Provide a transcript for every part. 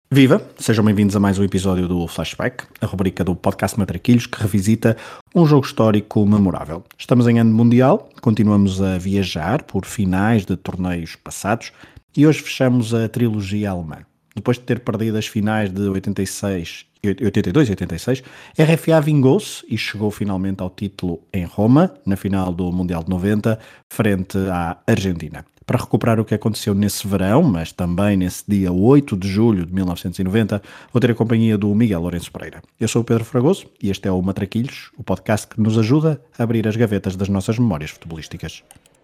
Viva! Sejam bem-vindos a mais um episódio do Flashback, a rubrica do podcast Matraquilhos que revisita um jogo histórico memorável. Estamos em ano mundial, continuamos a viajar por finais de torneios passados e hoje fechamos a trilogia alemã. Depois de ter perdido as finais de 86, 82 e 86, a RFA vingou-se e chegou finalmente ao título em Roma, na final do Mundial de 90, frente à Argentina. Para recuperar o que aconteceu nesse verão, mas também nesse dia 8 de julho de 1990, vou ter a companhia do Miguel Lourenço Pereira. Eu sou o Pedro Fragoso e este é o Matraquilhos, o podcast que nos ajuda a abrir as gavetas das nossas memórias futebolísticas.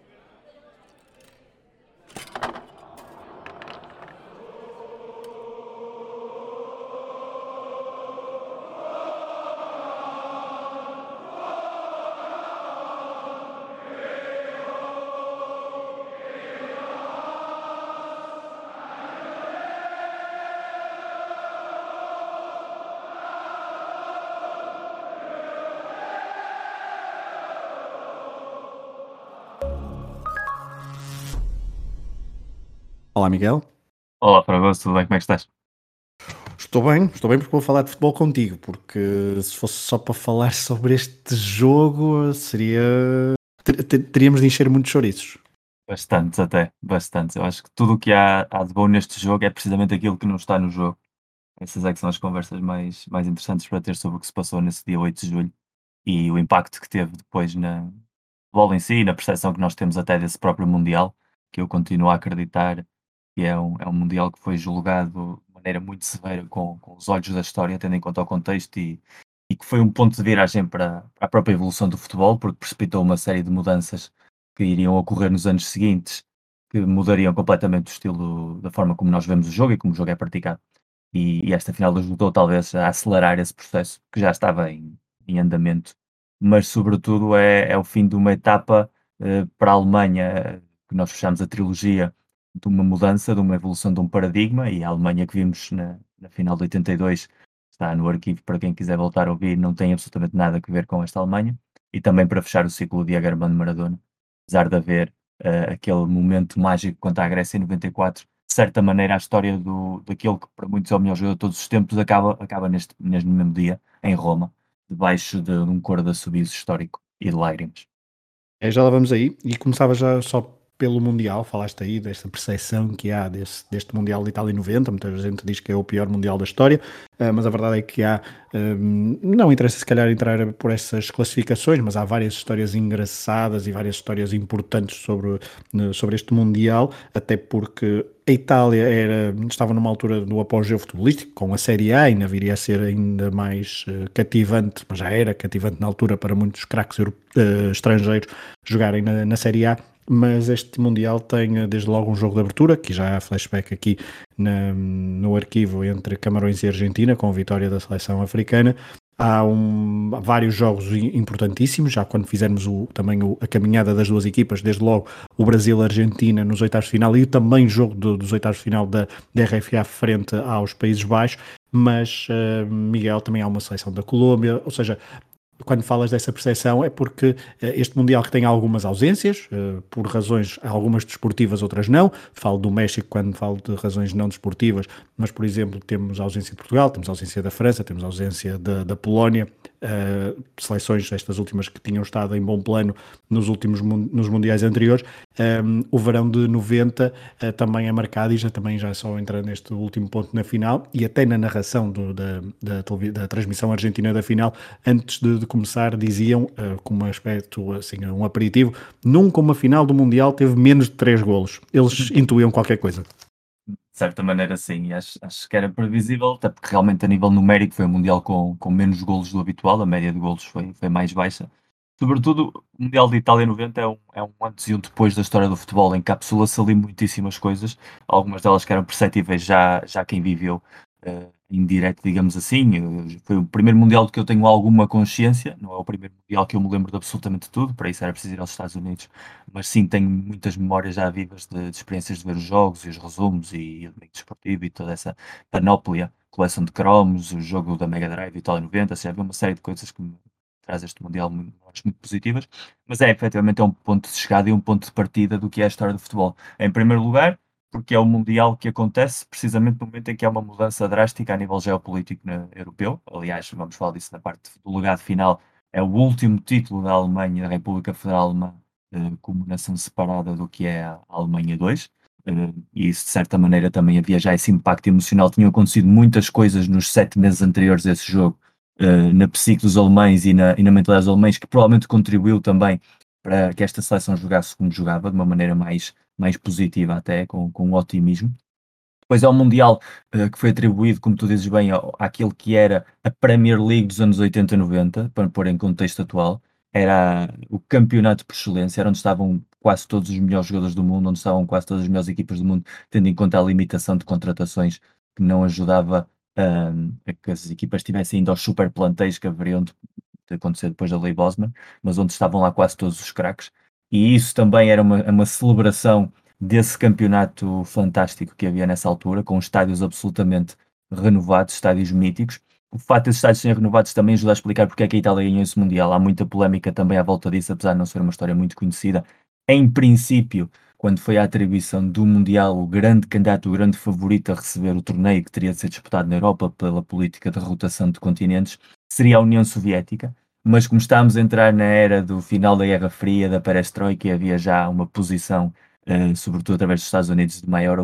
Olá, Miguel. Olá, Fragoso, tudo bem? Como é que estás? Estou bem porque vou falar de futebol contigo, porque se fosse só para falar sobre este jogo, seria. Teríamos de encher muitos chouriços. Bastantes até, bastantes. Eu acho que tudo o que há de bom neste jogo é precisamente aquilo que não está no jogo. Essas é que são as conversas mais interessantes para ter sobre o que se passou nesse dia 8 de julho e o impacto que teve depois na bola em si e na percepção que nós temos até desse próprio Mundial, que eu continuo a acreditar que é um Mundial que foi julgado de maneira muito severa com os olhos da história, tendo em conta o contexto e que foi um ponto de viragem para a própria evolução do futebol, porque precipitou uma série de mudanças que iriam ocorrer nos anos seguintes, que mudariam completamente o estilo da forma como nós vemos o jogo e como o jogo é praticado. E esta final ajudou talvez a acelerar esse processo que já estava em andamento, mas sobretudo é o fim de uma etapa para a Alemanha, que nós fechamos a trilogia de uma mudança, de uma evolução de um paradigma, e a Alemanha que vimos na final de 82 está no arquivo para quem quiser voltar a ouvir, não tem absolutamente nada a ver com esta Alemanha, e também para fechar o ciclo de Diego Armando Maradona, apesar de haver aquele momento mágico quanto à Grécia em 94, de certa maneira a história daquele que para muitos é o melhor jogador de todos os tempos acaba neste mesmo dia, em Roma, debaixo de um coro de assobios histórico e de lágrimas. Já lá vamos aí, e começava já só pelo Mundial, falaste aí desta percepção que há deste Mundial de Itália 90, muita gente diz que é o pior Mundial da história, mas a verdade é que há, não interessa se calhar entrar por essas classificações, mas há várias histórias engraçadas e várias histórias importantes sobre este Mundial, até porque a Itália estava numa altura do apogeu futebolístico, com a Série A, ainda viria a ser ainda mais cativante, mas já era cativante na altura para muitos craques estrangeiros jogarem na Série A, mas este Mundial tem desde logo um jogo de abertura, que já há flashback aqui no arquivo entre Camarões e Argentina, com a vitória da seleção africana. Há vários jogos importantíssimos, já quando fizermos a caminhada das duas equipas, desde logo o Brasil-Argentina nos oitavos de final e também jogo dos oitavos de final da RFA frente aos Países Baixos, mas Miguel, também há uma seleção da Colômbia, ou seja, quando falas dessa percepção é porque este Mundial que tem algumas ausências, por razões algumas desportivas, outras não. Falo do México quando falo de razões não desportivas, mas, por exemplo, temos a ausência de Portugal, temos a ausência da França, temos a ausência da Polónia, seleções estas últimas que tinham estado em bom plano nos mundiais anteriores. O verão de 90 também é marcado e já só entra neste último ponto na final e até na narração da transmissão argentina da final, antes de começar, diziam, com um aspecto, assim, um aperitivo, nunca uma final do Mundial teve menos de 3 golos. Eles intuíam qualquer coisa. De certa maneira, sim, e acho que era previsível, até porque realmente a nível numérico foi um Mundial com menos golos do habitual, a média de golos foi mais baixa. Sobretudo, o Mundial de Itália 90 é um antes e um depois da história do futebol, encapsula-se ali muitíssimas coisas, algumas delas que eram perceptíveis já quem viveu em direto, digamos assim. Foi o primeiro Mundial de que eu tenho alguma consciência, não é o primeiro Mundial que eu me lembro de absolutamente tudo, para isso era preciso ir aos Estados Unidos, mas sim tenho muitas memórias já vivas de experiências de ver os jogos e os resumos e o domingo desportivo e toda essa panóplia, coleção de cromos, o jogo da Mega Drive e tal, em 90, já havia uma série de coisas que me traz este Mundial acho muito positivas, mas efetivamente é um ponto de chegada e um ponto de partida do que é a história do futebol. Em primeiro lugar, porque é o Mundial que acontece precisamente no momento em que há uma mudança drástica a nível geopolítico europeu. Aliás, vamos falar disso na parte do legado final. É o último título da Alemanha, da República Federal Alemã, como nação separada do que é a Alemanha 2. E isso, de certa maneira, também havia já esse impacto emocional. Tinham acontecido muitas coisas nos 7 meses anteriores a esse jogo, na psique dos alemães e na mentalidade dos alemães, que provavelmente contribuiu também para que esta seleção jogasse como jogava, de uma maneira mais positiva até, com otimismo. Depois é o Mundial, que foi atribuído, como tu dizes bem, àquilo que era a Premier League dos anos 80 e 90, para pôr em contexto atual. Era o campeonato por excelência, era onde estavam quase todos os melhores jogadores do mundo, onde estavam quase todas as melhores equipas do mundo, tendo em conta a limitação de contratações que não ajudava a que as equipas tivessem ainda aos super plantéis que haveriam de acontecer depois da Lei Bosman, mas onde estavam lá quase todos os craques. E isso também era uma celebração desse campeonato fantástico que havia nessa altura, com estádios absolutamente renovados, estádios míticos. O facto desses estádios serem renovados também ajuda a explicar porque é que a Itália ganhou esse Mundial. Há muita polémica também à volta disso, apesar de não ser uma história muito conhecida. Em princípio, quando foi a atribuição do Mundial, o grande candidato, o grande favorito a receber o torneio que teria de ser disputado na Europa pela política de rotação de continentes, seria a União Soviética. Mas como estamos a entrar na era do final da Guerra Fria, da perestroika, e havia já uma posição sobretudo através dos Estados Unidos, de maior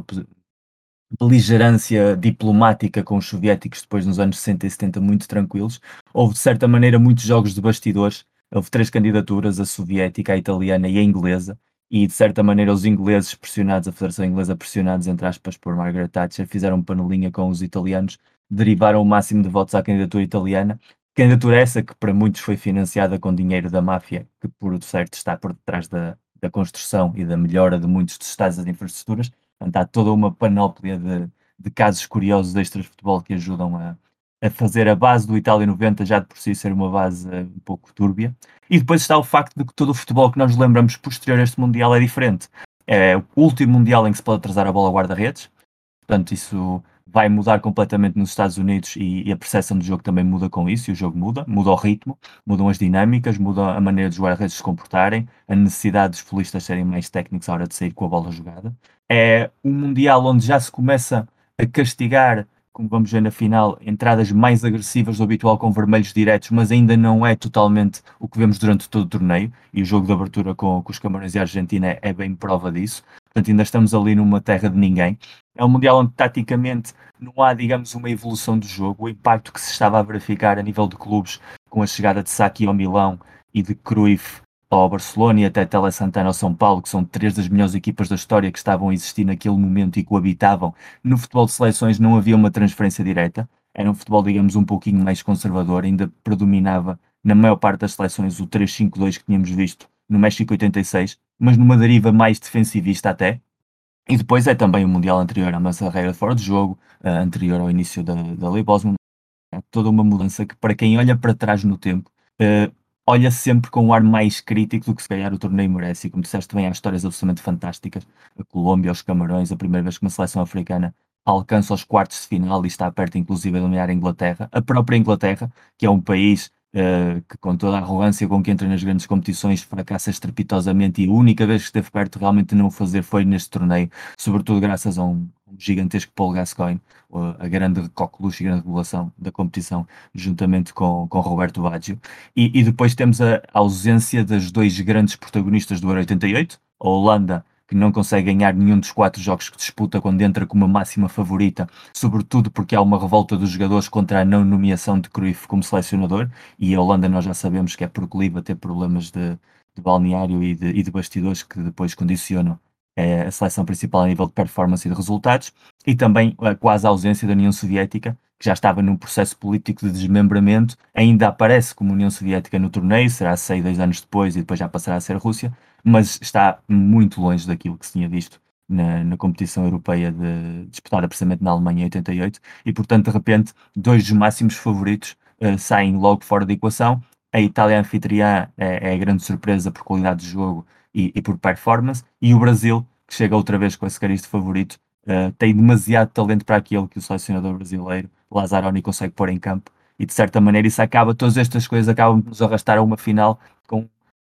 beligerância diplomática com os soviéticos depois nos anos 60 e 70 muito tranquilos. Houve, de certa maneira, muitos jogos de bastidores. Houve 3 candidaturas, a soviética, a italiana e a inglesa. E, de certa maneira, os ingleses pressionados, a Federação Inglesa pressionados, entre aspas, por Margaret Thatcher, fizeram panelinha com os italianos, derivaram o máximo de votos à candidatura italiana. Candidatura essa que para muitos foi financiada com dinheiro da máfia, que por certo está por detrás da construção e da melhora de muitos dos estados de infraestruturas. Portanto, há toda uma panóplia de casos curiosos extras de futebol que ajudam a fazer a base do Itália 90 já de por si ser uma base um pouco túrbia. E depois está o facto de que todo o futebol que nós lembramos posterior a este Mundial é diferente. É o último Mundial em que se pode atrasar a bola ao guarda-redes, portanto isso vai mudar completamente nos Estados Unidos e a percepção do jogo também muda com isso, e o jogo muda o ritmo, mudam as dinâmicas, muda a maneira dos guarda-redes se comportarem, a necessidade dos futebolistas serem mais técnicos à hora de sair com a bola jogada. É um Mundial onde já se começa a castigar, como vamos ver na final, entradas mais agressivas do habitual com vermelhos diretos, mas ainda não é totalmente o que vemos durante todo o torneio, e o jogo de abertura com os Camarões e a Argentina é bem prova disso. Portanto, ainda estamos ali numa terra de ninguém. É um Mundial onde, taticamente, não há, digamos, uma evolução do jogo. O impacto que se estava a verificar a nível de clubes com a chegada de Sacchi ao Milão e de Cruyff ao Barcelona e até Tele Santana ao São Paulo, que são 3 das melhores equipas da história que estavam a existir naquele momento e coabitavam. No futebol de seleções não havia uma transferência direta. Era um futebol, digamos, um pouquinho mais conservador. Ainda predominava, na maior parte das seleções, o 3-5-2 que tínhamos visto no México 86, mas numa deriva mais defensivista até. E depois é também o Mundial anterior à massa regra fora de jogo, anterior ao início da Lei Bosman. É toda uma mudança que, para quem olha para trás no tempo, olha sempre com um ar mais crítico do que se calhar o torneio merece. E como disseste bem, há histórias absolutamente fantásticas. A Colômbia, os Camarões, a primeira vez que uma seleção africana alcança os quartos de final e está perto, inclusive, de eliminar a Inglaterra. A própria Inglaterra, que é um país que, com toda a arrogância com que entra nas grandes competições, fracassa estrepitosamente, e a única vez que esteve perto realmente de não o fazer foi neste torneio, sobretudo graças a um gigantesco Paul Gascoigne, a grande coqueluche e grande revelação da competição, juntamente com Roberto Baggio. E depois temos a ausência dos 2 grandes protagonistas do Euro 88, a Holanda, que não consegue ganhar nenhum dos 4 jogos que disputa quando entra como a máxima favorita, sobretudo porque há uma revolta dos jogadores contra a não nomeação de Cruyff como selecionador, e a Holanda nós já sabemos que é proclive a ter problemas de balneário e de bastidores que depois condicionam a seleção principal a nível de performance e de resultados, e também a quase ausência da União Soviética, que já estava num processo político de desmembramento, ainda aparece como União Soviética no torneio, será 6, 2 anos depois, e depois já passará a ser a Rússia, mas está muito longe daquilo que se tinha visto na competição europeia disputada precisamente na Alemanha em 88, e portanto, de repente, 2 dos máximos favoritos saem logo fora da equação. A Itália anfitriã é a grande surpresa por qualidade de jogo e por performance, e o Brasil, que chega outra vez com esse cariz de favorito, tem demasiado talento para aquilo que o selecionador brasileiro, Lazzaroni, consegue pôr em campo, e de certa maneira isso acaba, todas estas coisas acabam de nos arrastar a uma final com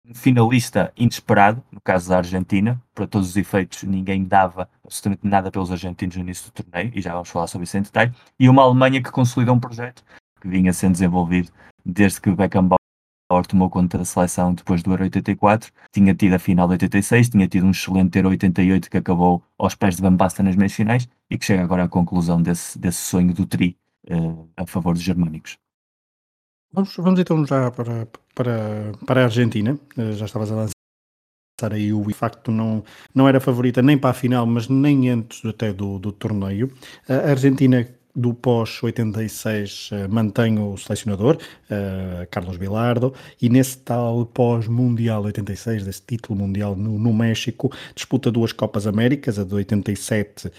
finalista inesperado, no caso da Argentina. Para todos os efeitos, ninguém dava absolutamente nada pelos argentinos no início do torneio, e já vamos falar sobre isso em detalhe. E uma Alemanha que consolidou um projeto que vinha sendo desenvolvido desde que Beckenbauer tomou conta da seleção depois do Euro 84, tinha tido a final de 86, tinha tido um excelente Euro 88 que acabou aos pés de Van Basten nas meias finais e que chega agora à conclusão desse sonho do tri a favor dos germânicos. Vamos então já para a Argentina. Já estavas a lançar aí o facto não era favorita nem para a final, mas nem antes até do torneio. A Argentina do pós-86 mantém o selecionador, Carlos Bilardo, e nesse tal pós-mundial 86, desse título mundial no México, disputa duas Copas Américas, a de 87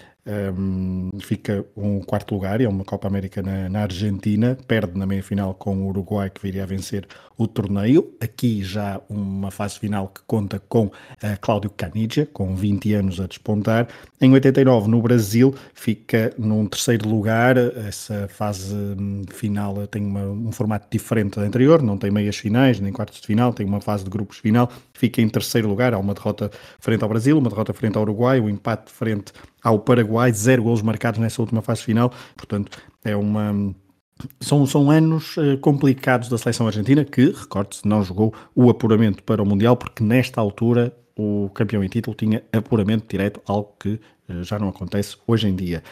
fica um quarto lugar, é uma Copa América na Argentina, perde na meia-final com o Uruguai, que viria a vencer o torneio. Aqui já uma fase final que conta com Cláudio Caniggia, com 20 anos a despontar. Em 89, no Brasil, fica num terceiro lugar. Essa fase final tem um formato diferente da anterior, não tem meias finais, nem quartos de final, tem uma fase de grupos final. Fica em terceiro lugar, há uma derrota frente ao Brasil, uma derrota frente ao Uruguai, um empate frente ao Paraguai, 0 golos marcados nessa última fase final. Portanto, é uma... São anos complicados da seleção argentina, que, recorde-se, não jogou o apuramento para o Mundial, porque nesta altura o campeão em título tinha apuramento direto, algo que já não acontece hoje em dia.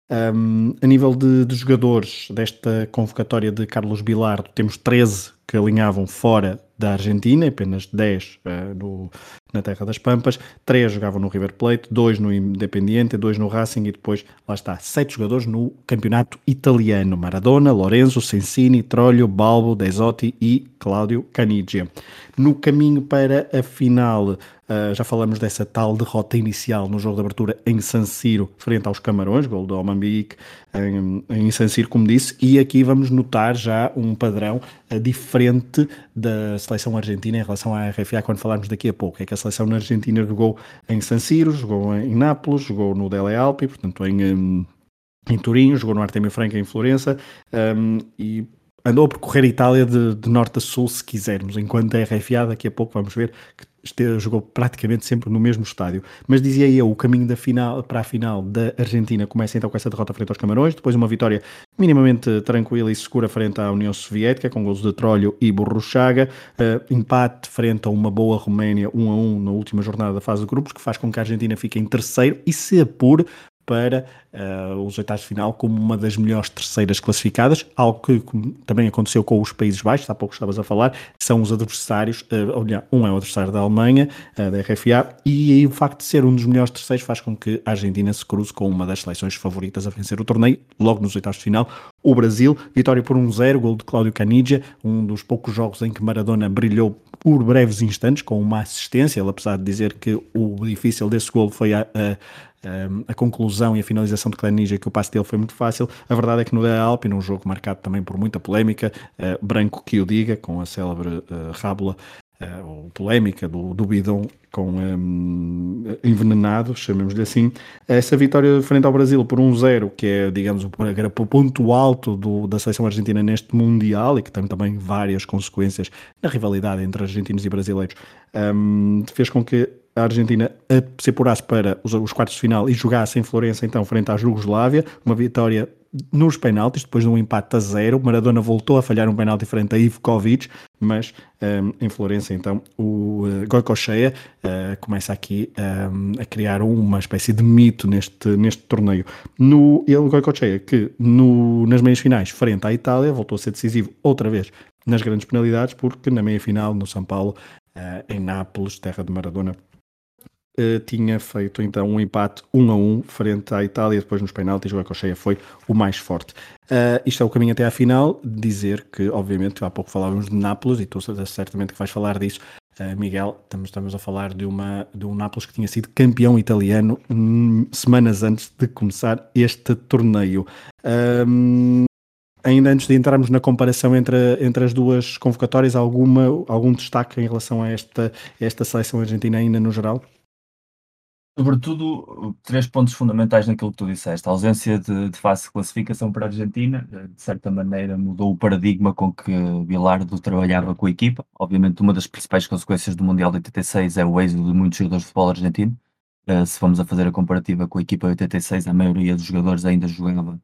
A nível de jogadores desta convocatória de Carlos Bilardo, temos 13 que alinhavam fora da Argentina, apenas 10 na Terra das Pampas, 3 jogavam no River Plate, 2 no Independiente, 2 no Racing e depois, lá está, 7 jogadores no campeonato italiano: Maradona, Lorenzo, Sensini, Troglio, Balbo, Desotti e Cláudio Caniggia. No caminho para a final, já falamos dessa tal derrota inicial no jogo de abertura em San Siro, frente aos Camarões, gol do Omambique em San Siro, como disse, e aqui vamos notar já um padrão diferente da seleção argentina em relação à RFA quando falarmos daqui a pouco. É que a seleção argentina jogou em San Siro, jogou em Nápoles, jogou no Delle Alpi, portanto em Turim, jogou no Artemio Franca em Florença, e andou a percorrer a Itália de norte a sul, se quisermos, enquanto a RFA, daqui a pouco vamos ver que jogou praticamente sempre no mesmo estádio. Mas dizia eu, o caminho para a final da Argentina começa então com essa derrota frente aos Camarões, depois uma vitória minimamente tranquila e segura frente à União Soviética, com golos de Troglio e Burruchaga, empate frente a uma boa Roménia 1-1 na última jornada da fase de grupos, que faz com que a Argentina fique em terceiro e se apure para os oitavos de final como uma das melhores terceiras classificadas, algo que também aconteceu com os Países Baixos, há pouco estavas a falar, são os adversários, um é o adversário da Alemanha, da RFA, e o facto de ser um dos melhores terceiros faz com que a Argentina se cruze com uma das seleções favoritas a vencer o torneio, logo nos oitavos de final, o Brasil, vitória por 1-0, gol de Cláudio Caniggia, um dos poucos jogos em que Maradona brilhou por breves instantes, com uma assistência, ele apesar de dizer que o difícil desse gol foi a conclusão e a finalização de Caniggia, que o passe dele foi muito fácil. A verdade é que no Delle Alpi, num jogo marcado também por muita polémica, branco que o diga, com a célebre rábula ou polémica do bidon com envenenado, chamemos-lhe assim, essa vitória frente ao Brasil por 1-0, que é, digamos, o ponto alto da seleção argentina neste Mundial e que tem também várias consequências na rivalidade entre argentinos e brasileiros, fez com que a Argentina se apurasse para os quartos de final e jogasse em Florença, então, frente à Jugoslávia, uma vitória nos penaltis, depois de um empate a 0. Maradona voltou a falhar um penalti frente a Ivkovic, mas em Florença, então, o Goicoechea começa aqui a criar uma espécie de mito neste torneio. O Goicoechea, que nas meias finais, frente à Itália, voltou a ser decisivo outra vez nas grandes penalidades, porque na meia-final, no São Paulo, em Nápoles, terra de Maradona, tinha feito então um empate 1-1 frente à Itália, depois nos penaltis o Goicoechea foi o mais forte. Isto é o caminho até à final, dizer que obviamente há pouco falávamos de Nápoles e tu certamente que vais falar disso, Miguel, estamos a falar de um Nápoles que tinha sido campeão italiano semanas antes de começar este torneio. Ainda antes de entrarmos na comparação entre as duas convocatórias, algum destaque em relação a esta seleção argentina ainda no geral? Sobretudo, 3 pontos fundamentais naquilo que tu disseste. A ausência de fase de classificação para a Argentina, de certa maneira mudou o paradigma com que Bilardo trabalhava com a equipa. Obviamente, uma das principais consequências do Mundial de 86 é o êxodo de muitos jogadores de futebol argentino. Se formos a fazer a comparativa com a equipa de 86, a maioria dos jogadores ainda jogava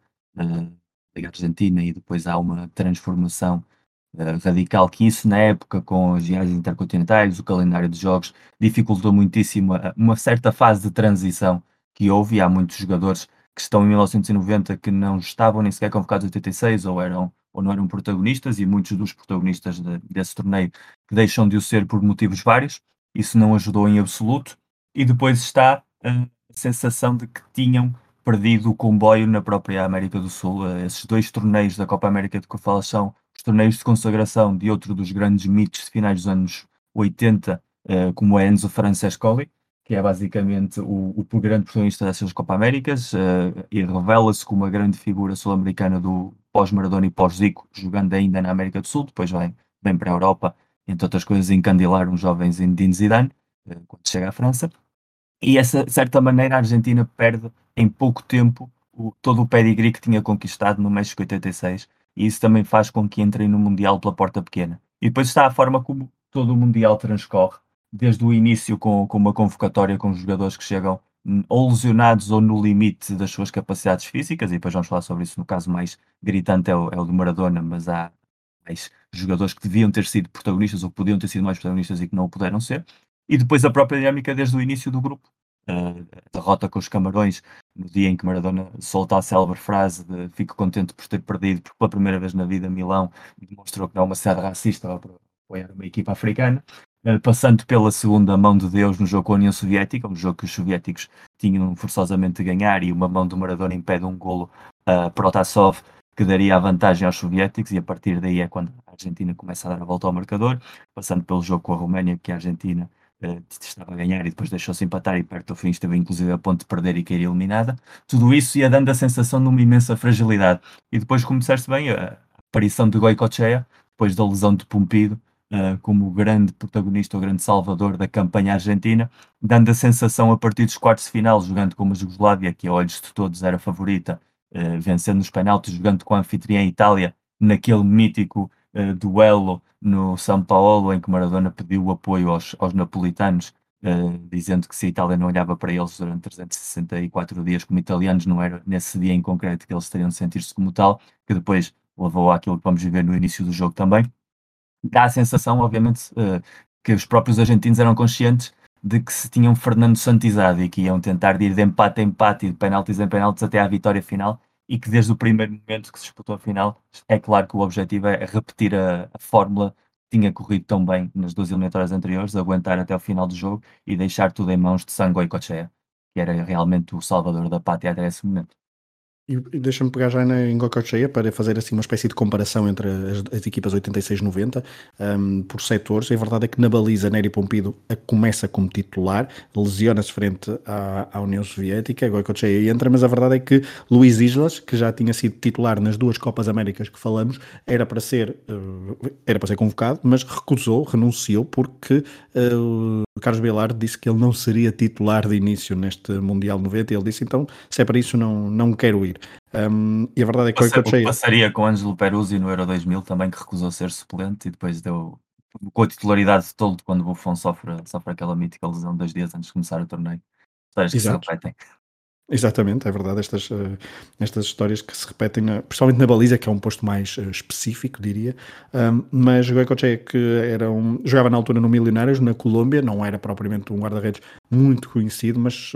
Liga Argentina e depois há uma transformação radical que isso na época com as viagens intercontinentais, o calendário de jogos, dificultou muitíssimo uma certa fase de transição que houve e há muitos jogadores que estão em 1990 que não estavam nem sequer convocados em 86 ou não eram protagonistas e muitos dos protagonistas desse torneio que deixam de o ser por motivos vários, isso não ajudou em absoluto e depois está a sensação de que tinham perdido o comboio na própria América do Sul. Esses 2 torneios da Copa América de que eu falo são os torneios de consagração de outro dos grandes mitos de finais dos anos 80, como é Enzo Francescoli, que é basicamente o grande protagonista dessas Copa Américas, e revela-se como uma grande figura sul-americana do pós-Maradona e pós-Zico, jogando ainda na América do Sul, depois vem para a Europa, entre outras coisas, encandilar um jovem Zinedine Zidane, quando chega à França. E essa, de certa maneira, a Argentina perde em pouco tempo todo o pedigree que tinha conquistado no México 86, e isso também faz com que entrem no Mundial pela porta pequena. E depois está a forma como todo o Mundial transcorre, desde o início com uma convocatória com jogadores que chegam ou lesionados ou no limite das suas capacidades físicas, e depois vamos falar sobre isso. No caso mais gritante é o do Maradona, mas há mais jogadores que deviam ter sido protagonistas ou que podiam ter sido mais protagonistas e que não o puderam ser. E depois a própria dinâmica desde o início do grupo. A derrota com os Camarões, no dia em que Maradona solta a célebre frase de fico contente por ter perdido, porque pela primeira vez na vida Milão demonstrou que não é uma cidade racista ao apoiar uma equipa africana. Passando pela segunda mão de Deus no jogo com a União Soviética, um jogo que os soviéticos tinham forçosamente de ganhar e uma mão do Maradona impede um golo a Protasov que daria a vantagem aos soviéticos, e a partir daí é quando a Argentina começa a dar a volta ao marcador, passando pelo jogo com a Roménia, que a Argentina estava a ganhar e depois deixou-se empatar e perto do fim esteve inclusive a ponto de perder e cair eliminada. Tudo isso ia dando a sensação de uma imensa fragilidade. E depois, como disseste bem, a aparição de Goicoechea, depois da lesão de Pumpido, como o grande protagonista, o grande salvador da campanha argentina, dando a sensação a partir dos quartos de final, jogando com uma Jugoslávia, que a olhos de todos era favorita, vencendo nos penaltis, jogando com a anfitriã Itália, naquele mítico duelo no São Paulo, em que Maradona pediu apoio aos napolitanos, dizendo que se a Itália não olhava para eles durante 364 dias como italianos, não era nesse dia em concreto que eles teriam de sentir-se como tal, que depois levou àquilo que vamos viver no início do jogo também. Dá a sensação, obviamente, que os próprios argentinos eram conscientes de que se tinham Fernando Santizado e que iam tentar de ir de empate a empate e de penaltis em penaltis até à vitória final, e que desde o primeiro momento que se disputou a final, é claro que o objetivo é repetir a fórmula que tinha corrido tão bem nas 2 eliminatórias anteriores, aguentar até ao final do jogo e deixar tudo em mãos de Sangoi Goicoechea, que era realmente o salvador da pátria até esse momento. E deixa-me pegar já em Goicoechea para fazer assim uma espécie de comparação entre as equipas 86-90 por setores. A verdade é que na baliza Nery Pompido começa como titular, lesiona-se frente à União Soviética, Goicoechea entra, mas a verdade é que Luís Islas, que já tinha sido titular nas 2 Copas Américas que falamos, era para ser convocado, mas renunciou porque Carlos Bilardo disse que ele não seria titular de início neste Mundial 90 e ele disse, então, se é para isso não quero ir. E a verdade é que O que passaria com Ângelo Peruzzi no Euro 2000 também, que recusou ser suplente e depois deu com a titularidade de todo quando o Buffon sofre aquela mítica lesão 2 dias antes de começar o torneio. Histórias que se Exato. repetem. Exatamente, é verdade, estas histórias que se repetem, principalmente na baliza, que é um posto mais específico, diria. Mas Goicoechea, que jogava na altura no Milionários, na Colômbia, não era propriamente um guarda-redes muito conhecido, mas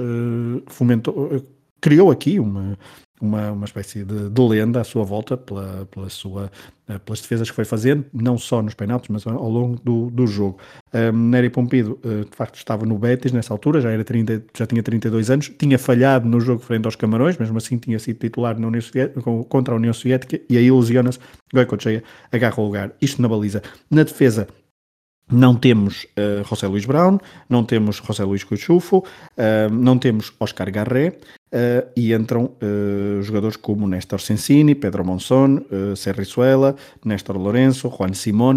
criou aqui uma espécie de lenda à sua volta pelas defesas que foi fazendo, não só nos penaltis, mas ao longo do jogo. Nery Pompido, de facto, estava no Betis nessa altura, já tinha 32 anos, tinha falhado no jogo frente aos Camarões, mesmo assim tinha sido titular na contra a União Soviética, e aí ilusiona-se, Goicoechea agarra o lugar. Isto na baliza. Na defesa, não temos José Luís Brown, não temos José Luís Cuchufo, não temos Oscar Garré, e entram jogadores como Néstor Sensini, Pedro Monzón, Serrizuela, Néstor Lourenço, Juan Simón,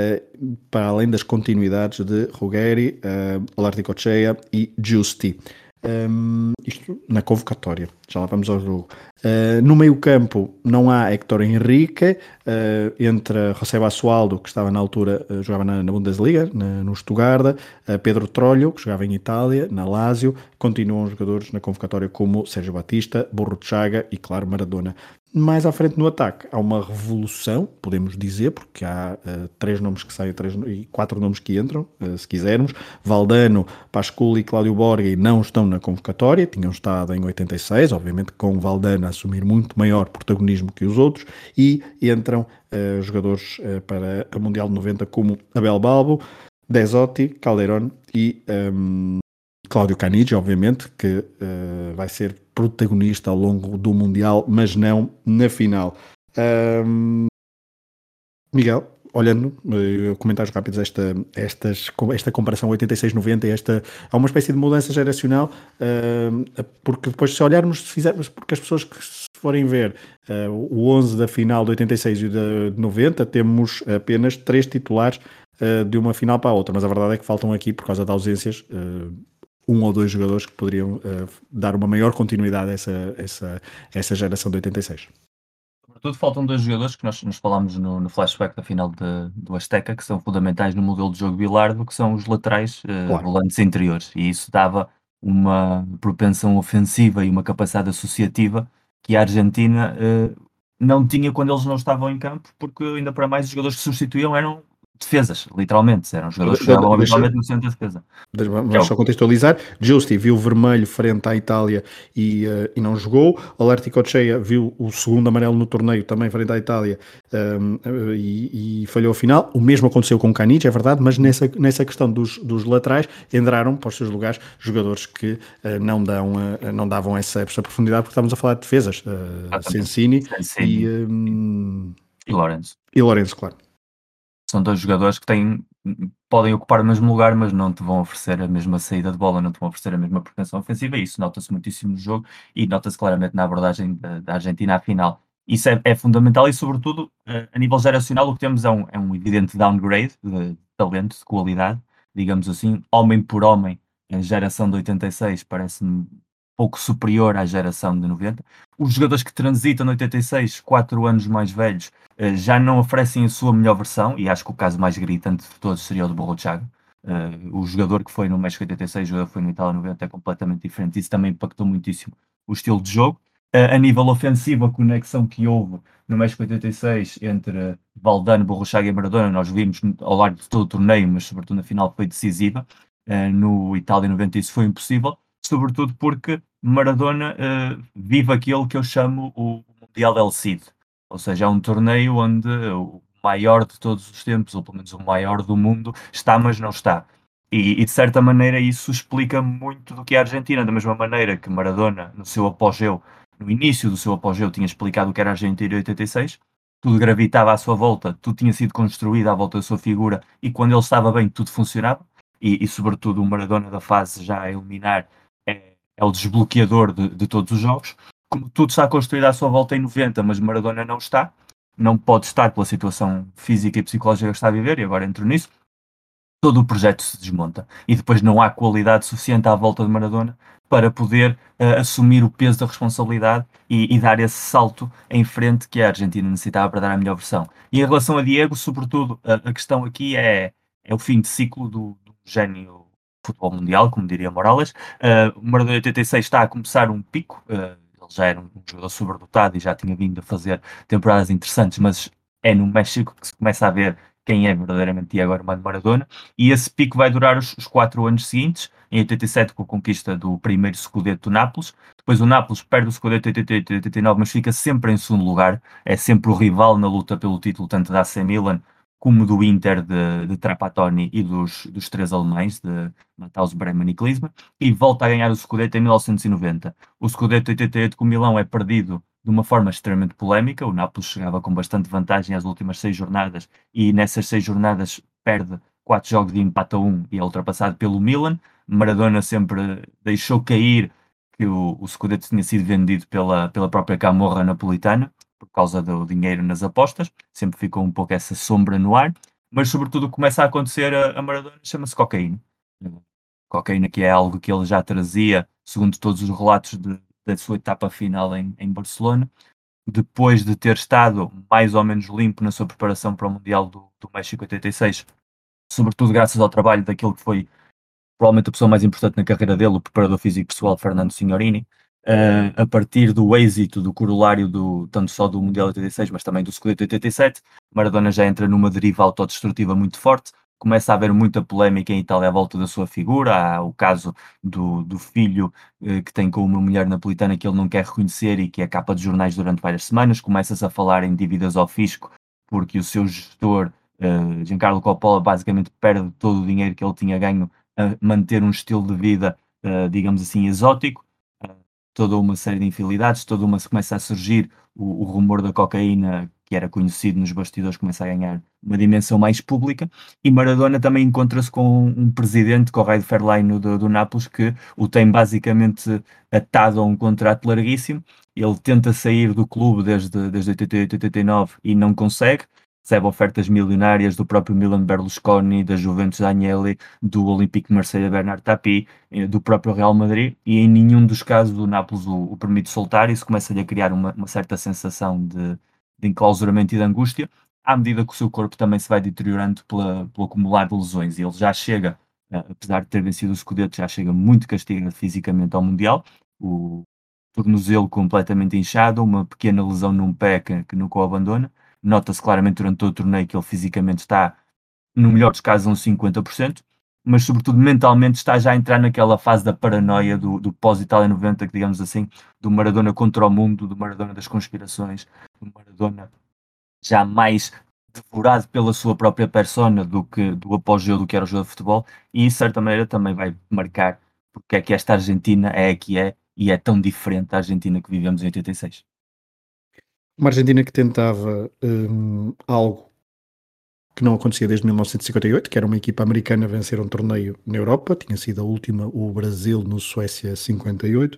para além das continuidades de Ruggeri, Larticochea e Giusti. Isto na convocatória, já lá vamos ao jogo. No meio campo não há Héctor Henrique, entra José Basualdo, que estava na altura, jogava na Bundesliga, no Stuttgart, Pedro Troglio, que jogava em Itália, na Lazio. Continuam jogadores na convocatória como Sérgio Batista, Burruchaga e, claro, Maradona. Mais à frente no ataque há uma revolução, podemos dizer, porque há três nomes que saem e quatro nomes que entram, se quisermos. Valdano, Pasculi e Cláudio Borghi não estão na convocatória, tinham estado em 86, obviamente com Valdano a assumir muito maior protagonismo que os outros, e entram jogadores para a Mundial de 90 como Abel Balbo, Desotti, Calderón e Cláudio Canigi, obviamente, que vai ser protagonista ao longo do Mundial, mas não na final. Miguel, olhando, comentários rápidos, esta comparação 86-90, há uma espécie de mudança geracional, porque depois se olharmos, se fizermos, porque as pessoas que se forem ver o 11 da final de 86 e de 90, temos apenas 3 titulares de uma final para a outra, mas a verdade é que faltam aqui, por causa de ausências, um ou dois jogadores que poderiam dar uma maior continuidade a essa geração de 86. Sobretudo faltam dois jogadores que nós falámos no flashback da final do Azteca, que são fundamentais no modelo de jogo Bilardo, que são os laterais, Claro. volantes interiores. E isso dava uma propensão ofensiva e uma capacidade associativa que a Argentina não tinha quando eles não estavam em campo, porque ainda para mais os jogadores que substituíam eram defesas, literalmente. Eram jogadores que jogavam habitualmente no centro da defesa. Vamos só contextualizar. Giusti viu vermelho frente à Itália e não jogou. Alerticochea viu o segundo amarelo no torneio também frente à Itália e falhou a final. O mesmo aconteceu com o Canigi, é verdade, mas nessa questão dos laterais entraram para os seus lugares jogadores que não davam essa profundidade, porque estávamos a falar de defesas. Sensini e Lorenzo. E Lorenzo, claro. São dois jogadores que podem ocupar o mesmo lugar, mas não te vão oferecer a mesma saída de bola, não te vão oferecer a mesma propensão ofensiva, e isso nota-se muitíssimo no jogo e nota-se claramente na abordagem da Argentina à final. Isso é fundamental e, sobretudo, a nível geracional, o que temos é um evidente downgrade de talento, de qualidade, digamos assim, homem por homem. A geração de 86 parece-me pouco superior à geração de 90. Os jogadores que transitam no 86, 4 anos mais velhos, já não oferecem a sua melhor versão, e acho que o caso mais gritante de todos seria o de Burruchaga. O jogador que foi no México 86, o jogador que foi no Itália 90 é completamente diferente. Isso também impactou muitíssimo o estilo de jogo. A nível ofensivo, a conexão que houve no México 86 entre Valdano, Burruchaga e Maradona, nós vimos ao largo de todo o torneio, mas sobretudo na final foi decisiva. No Itália 90 isso foi impossível, sobretudo porque Maradona vive aquilo que eu chamo o Mundial El Cid. Ou seja, é um torneio onde o maior de todos os tempos, ou pelo menos o maior do mundo, está, mas não está. E de certa maneira isso explica muito do que é a Argentina, da mesma maneira que Maradona, no seu apogeu, no início do seu apogeu, tinha explicado o que era a Argentina em 86, tudo gravitava à sua volta, tudo tinha sido construído à volta da sua figura, e quando ele estava bem, tudo funcionava, e sobretudo o Maradona da fase já a eliminar é o desbloqueador de todos os jogos. Como tudo está construído à sua volta em 90, mas Maradona não está, não pode estar pela situação física e psicológica que está a viver, e agora entro nisso, todo o projeto se desmonta. E depois não há qualidade suficiente à volta de Maradona para poder assumir o peso da responsabilidade e dar esse salto em frente que a Argentina necessitava para dar a melhor versão. E em relação a Diego, sobretudo, a questão aqui é o fim de ciclo do gênio futebol mundial, como diria Morales. O Maradona 86 está a começar um pico, ele já era um jogador sobredotado e já tinha vindo a fazer temporadas interessantes, mas é no México que se começa a ver quem é verdadeiramente Diego Armando Maradona, e esse pico vai durar os 4 anos seguintes, em 87 com a conquista do primeiro Scudetto do Nápoles, depois o Nápoles perde o Scudetto em 88 e 89, mas fica sempre em segundo lugar, é sempre o rival na luta pelo título, tanto da AC Milan como do Inter de Trapattoni e dos três alemães, de Matthaus, Bremen e Klinsmann, e volta a ganhar o Scudetto em 1990. O Scudetto 88 com o Milão é perdido de uma forma extremamente polémica, o Nápoles chegava com bastante vantagem às últimas 6 jornadas, e nessas 6 jornadas perde 4 jogos de empate a 1 e é ultrapassado pelo Milan. Maradona sempre deixou cair que o Scudetto tinha sido vendido pela própria camorra napolitana, por causa do dinheiro nas apostas, sempre ficou um pouco essa sombra no ar, mas sobretudo começa a acontecer a Maradona, chama-se cocaína. cocaína, que é algo que ele já trazia, segundo todos os relatos da sua etapa final em Barcelona. Depois de ter estado mais ou menos limpo na sua preparação para o Mundial do México 86, sobretudo graças ao trabalho daquele que foi provavelmente a pessoa mais importante na carreira dele, o preparador físico pessoal Fernando Signorini, a partir do êxito do corolário tanto só do Mundial 86, mas também do Scudetto 87, Maradona já entra numa deriva autodestrutiva muito forte, começa a haver muita polémica em Itália à volta da sua figura, há o caso do filho que tem com uma mulher napolitana que ele não quer reconhecer e que é capa de jornais durante várias semanas, começa-se a falar em dívidas ao fisco, porque o seu gestor, Giancarlo Coppola, basicamente perde todo o dinheiro que ele tinha ganho a manter um estilo de vida, digamos assim, exótico, toda uma série de infidelidades, começa a surgir o rumor da cocaína, que era conhecido nos bastidores, começa a ganhar uma dimensão mais pública, e Maradona também encontra-se com um presidente, Correio de Fairline do Nápoles, que o tem basicamente atado a um contrato larguíssimo. Ele tenta sair do clube desde 88, 89 e não consegue, recebe ofertas milionárias do próprio Milan Berlusconi, da Juventus Agnelli, do Olympique de Marseille Bernard Tapie, do próprio Real Madrid, e em nenhum dos casos o Nápoles o permite soltar. Isso começa-lhe a criar uma certa sensação de enclausuramento e de angústia, à medida que o seu corpo também se vai deteriorando pelo acumular de lesões, e ele já chega, apesar de ter vencido o Scudetto, já chega muito castigado fisicamente ao Mundial, o tornozelo completamente inchado, uma pequena lesão num pé que nunca o abandona. Nota-se claramente durante todo o torneio que ele fisicamente está, no melhor dos casos, a uns 50%, mas sobretudo mentalmente está já a entrar naquela fase da paranoia do pós-Itália 90, que digamos assim, do Maradona contra o mundo, do Maradona das conspirações, do Maradona já mais devorado pela sua própria persona do que do apogeu do que era o jogo de futebol, e de certa maneira também vai marcar porque é que esta Argentina é a que é e é tão diferente da Argentina que vivemos em 86. Uma Argentina que tentava algo que não acontecia desde 1958, que era uma equipa americana vencer um torneio na Europa, tinha sido a última o Brasil no Suécia 58,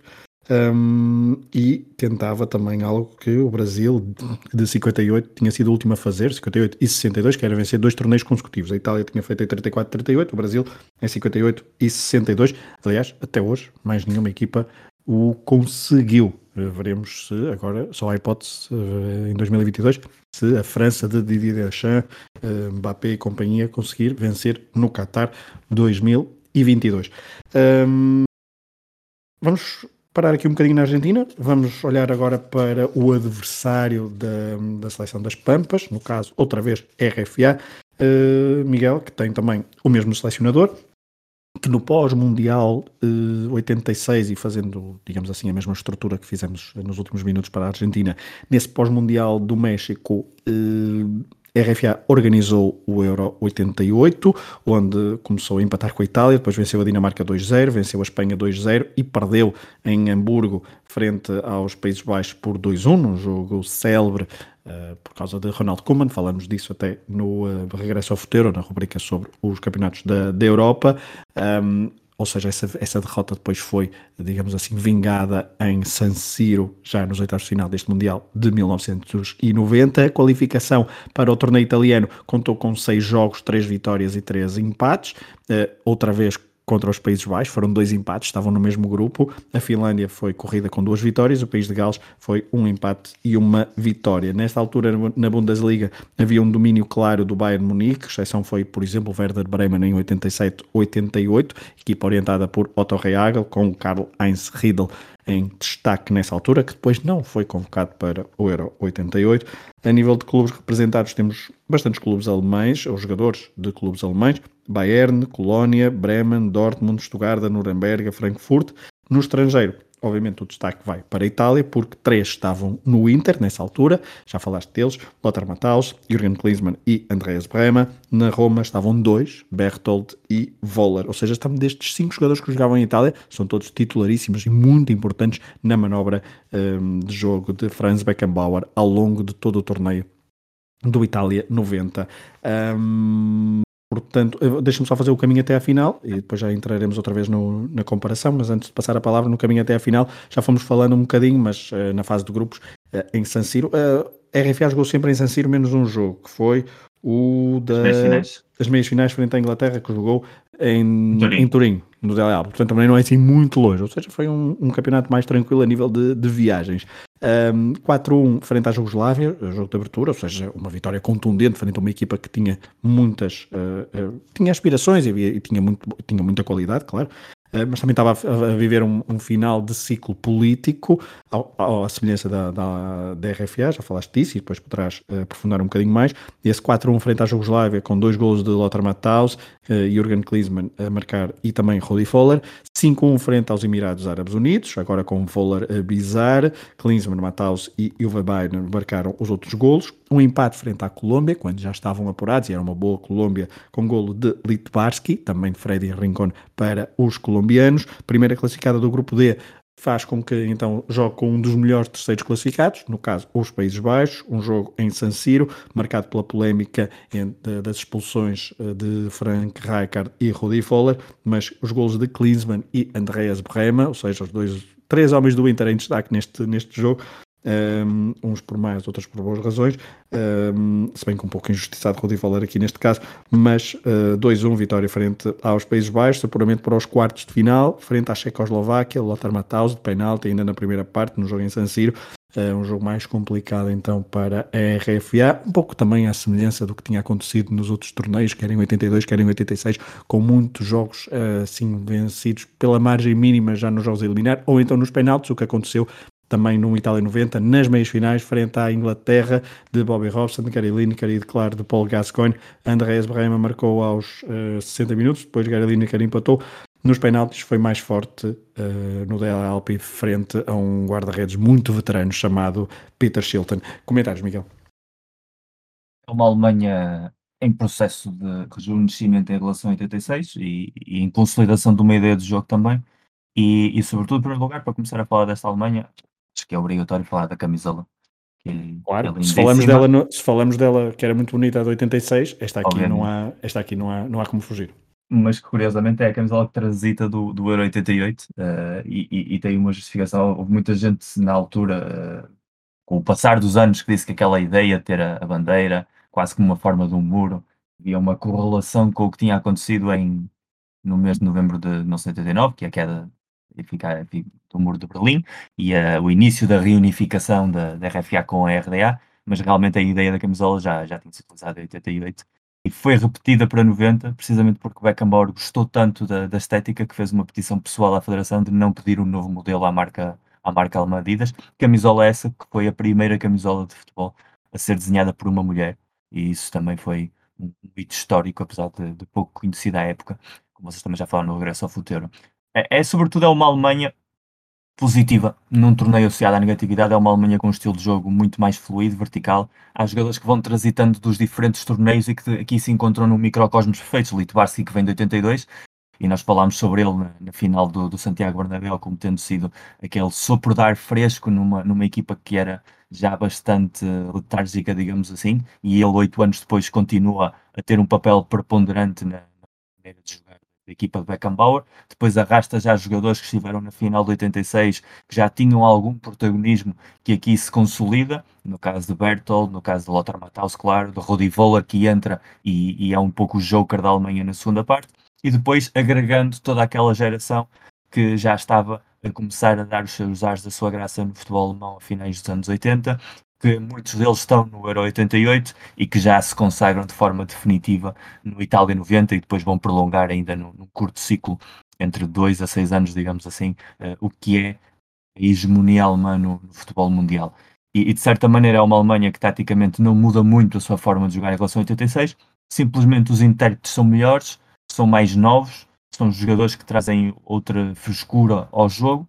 e tentava também algo que o Brasil de 58 tinha sido a última a fazer, 58 e 62, que era vencer dois torneios consecutivos. A Itália tinha feito em 34 e 38, o Brasil em 58 e 62. Aliás, até hoje, mais nenhuma equipa o conseguiu. Veremos se agora, só há hipótese em 2022, se a França de Didier Deschamps, Mbappé e companhia conseguir vencer no Qatar 2022. Vamos parar aqui um bocadinho na Argentina, vamos olhar agora para o adversário da seleção das Pampas, no caso, outra vez, RFA, Miguel, que tem também o mesmo selecionador, que no pós-mundial 86, e fazendo, digamos assim, a mesma estrutura que fizemos nos últimos minutos para a Argentina, nesse pós-mundial do México, RFA organizou o Euro 88, onde começou a empatar com a Itália, depois venceu a Dinamarca 2-0, venceu a Espanha 2-0 e perdeu em Hamburgo frente aos Países Baixos por 2-1, num jogo célebre por causa de Ronald Koeman. Falamos disso até no Regresso ao Futuro, na rubrica sobre os campeonatos da Europa. Ou seja, essa derrota depois foi, digamos assim, vingada em San Siro, já nos oitavos de final deste Mundial de 1990. A qualificação para o torneio italiano contou com 6 jogos, 3 vitórias e 3 empates. Outra vez contra os Países Baixos, foram 2 empates, estavam no mesmo grupo. A Finlândia foi corrida com 2 vitórias, o País de Gales foi 1 empate e 1 vitória. Nesta altura, na Bundesliga, havia um domínio claro do Bayern Munique, exceção foi, por exemplo, o Werder Bremen em 87-88, equipa orientada por Otto Rehagel, com Karl-Heinz Riedel em destaque nessa altura, que depois não foi convocado para o Euro 88. A nível de clubes representados, temos bastantes clubes alemães, ou jogadores de clubes alemães: Bayern, Colónia, Bremen, Dortmund, Stuttgart, Nuremberg, Frankfurt. No estrangeiro, obviamente o destaque vai para a Itália, porque 3 estavam no Inter nessa altura, já falaste deles: Lothar Matthaus, Jürgen Klinsmann e Andreas Brehme. Na Roma estavam 2, Berthold e Voller, ou seja, estamos destes 5 jogadores que jogavam em Itália, são todos titularíssimos e muito importantes na manobra de jogo de Franz Beckenbauer ao longo de todo o torneio do Itália 90. Portanto, deixa-me só fazer o caminho até à final e depois já entraremos outra vez na comparação, mas antes de passar a palavra, no caminho até à final, já fomos falando um bocadinho, mas na fase de grupos, em San Siro. A RFA jogou sempre em San Siro menos um jogo, que foi o das meias finais frente à Inglaterra, que jogou em Turim. no Dele Alli, portanto também não é assim muito longe, ou seja, foi um campeonato mais tranquilo a nível de viagens. 4-1 frente à Jugoslávia, jogo de abertura, ou seja, uma vitória contundente frente a uma equipa que tinha muitas, tinha aspirações e tinha muita qualidade, claro, mas também estava a viver um final de ciclo político, à semelhança da RFA, já falaste disso, e depois poderás aprofundar um bocadinho mais. Esse 4-1 frente à Jugoslávia, com 2 golos de Lothar Matthaus, Jürgen Klinsmann a marcar e também Rudi Voller. 5-1 frente aos Emirados Árabes Unidos, agora com Voller Bizarre, Klinsmann, Matthaus e Uwe Bayern marcaram os outros golos. Um empate frente à Colômbia, quando já estavam apurados, e era uma boa Colômbia, com golo de Litbarski, também de Freddy Rincón para os colombianos. Primeira classificada do grupo D, faz com que então jogue com um dos melhores terceiros classificados, no caso os Países Baixos, um jogo em San Siro, marcado pela polémica das expulsões de Frank Rijkaard e Rudi Voller, mas os golos de Klinsmann e Andreas Brehme, ou seja, os três homens do Inter em destaque neste jogo, uns por mais, outros por boas razões, se bem que um pouco injustiçado Rudi Voller aqui neste caso, mas 2-1 vitória frente aos Países Baixos, apuramento para os quartos de final, frente à Checoslováquia, Lothar Matthaus de penalti ainda na primeira parte, no jogo em San Siro. Um jogo mais complicado então para a RFA, um pouco também à semelhança do que tinha acontecido nos outros torneios, quer em 82, quer em 86, com muitos jogos assim vencidos pela margem mínima já nos jogos a eliminar, ou então nos penaltis, o que aconteceu também no Itália 90, nas meias finais, frente à Inglaterra, de Bobby Robson, Gary Lineker e, claro, de Paul Gascoigne. Andreas Brehme marcou aos 60 minutos, depois Gary Lineker empatou. Nos penaltis foi mais forte no Dele Alli frente a um guarda-redes muito veterano chamado Peter Shilton. Comentários, Miguel? É uma Alemanha em processo de rejuvenescimento em relação a 86 e em consolidação de uma ideia de jogo também. E sobretudo, em primeiro lugar, para começar a falar desta Alemanha, acho que é obrigatório falar da camisola, que é Claro, lindíssima, se falamos dela que era muito bonita a de 86, obviamente. esta aqui não há como fugir. Mas que curiosamente é a camisola que transita do Euro 88, e tem uma justificação. Houve muita gente na altura, com o passar dos anos, que disse que aquela ideia de ter a bandeira quase como uma forma de um muro havia uma correlação com o que tinha acontecido no mês de novembro de 1989, que é a queda do muro de Berlim e o início da reunificação da RFA com a RDA, mas realmente a ideia da camisola já tinha sido utilizada em 88 e foi repetida para 90, precisamente porque o Beckenbauer gostou tanto da estética que fez uma petição pessoal à Federação de não pedir um novo modelo à marca alemã Adidas. Camisola essa que foi a primeira camisola de futebol a ser desenhada por uma mulher, e isso também foi um hito histórico, apesar de pouco conhecido à época, como vocês também já falaram no regresso ao futuro. Sobretudo uma Alemanha positiva num torneio associado à negatividade, é uma Alemanha com um estilo de jogo muito mais fluido, vertical. Há jogadores que vão transitando dos diferentes torneios e que aqui se encontram num microcosmos perfeitos. Litbarski, que vem de 82, e nós falámos sobre ele na final do Santiago Bernabéu como tendo sido aquele sopro de ar fresco numa equipa que era já bastante letárgica, digamos assim, e ele 8 anos depois continua a ter um papel preponderante na maneira de jogar da equipa de Beckenbauer. Depois arrasta já jogadores que estiveram na final de 86, que já tinham algum protagonismo, que aqui se consolida, no caso de Berthold, no caso de Lothar Matthaus, claro, de Rudi Voller, que entra e é um pouco o joker da Alemanha na segunda parte, e depois agregando toda aquela geração que já estava a começar a dar os seus ares da sua graça no futebol alemão a finais dos anos 80, que muitos deles estão no Euro 88 e que já se consagram de forma definitiva no Itália 90 e depois vão prolongar ainda num curto ciclo entre 2 a 6 anos, digamos assim, o que é a hegemonia alemã no futebol mundial. E de certa maneira é uma Alemanha que taticamente não muda muito a sua forma de jogar em relação a 86, simplesmente os intérpretes são melhores, são mais novos, são jogadores que trazem outra frescura ao jogo,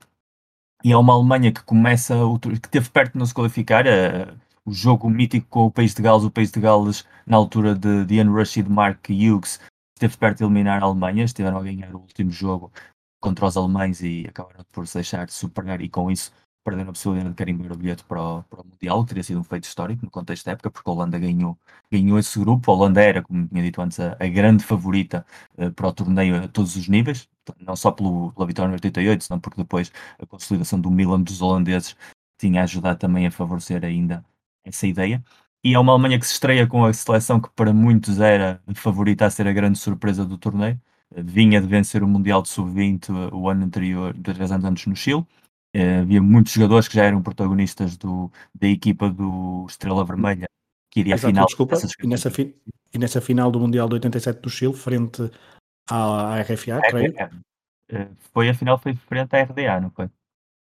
e é uma Alemanha que que teve perto de não se qualificar, o jogo mítico com o País de Gales na altura de Ian Rush e de Mark Hughes, esteve perto de eliminar a Alemanha, estiveram a ganhar o último jogo contra os alemães e acabaram por se deixar superar, e com isso perderam a possibilidade de carimbar o bilhete para o Mundial, que teria sido um feito histórico no contexto da época, porque a Holanda ganhou esse grupo. A Holanda era, como tinha dito antes, a grande favorita para o torneio a todos os níveis, não só pela vitória no 88, senão porque depois a consolidação do Milan dos holandeses tinha ajudado também a favorecer ainda essa ideia. E é uma Alemanha que se estreia com a seleção que para muitos era a favorita a ser a grande surpresa do torneio, vinha de vencer o Mundial de Sub-20 o ano anterior, 3 anos antes no Chile. Havia muitos jogadores que já eram protagonistas da equipa do Estrela Vermelha, que iria à Exato, final desculpa. dessas E nessa final do Mundial de 87 do Chile, frente à RFA, a creio. RDA. Foi a final foi frente à RDA, não foi?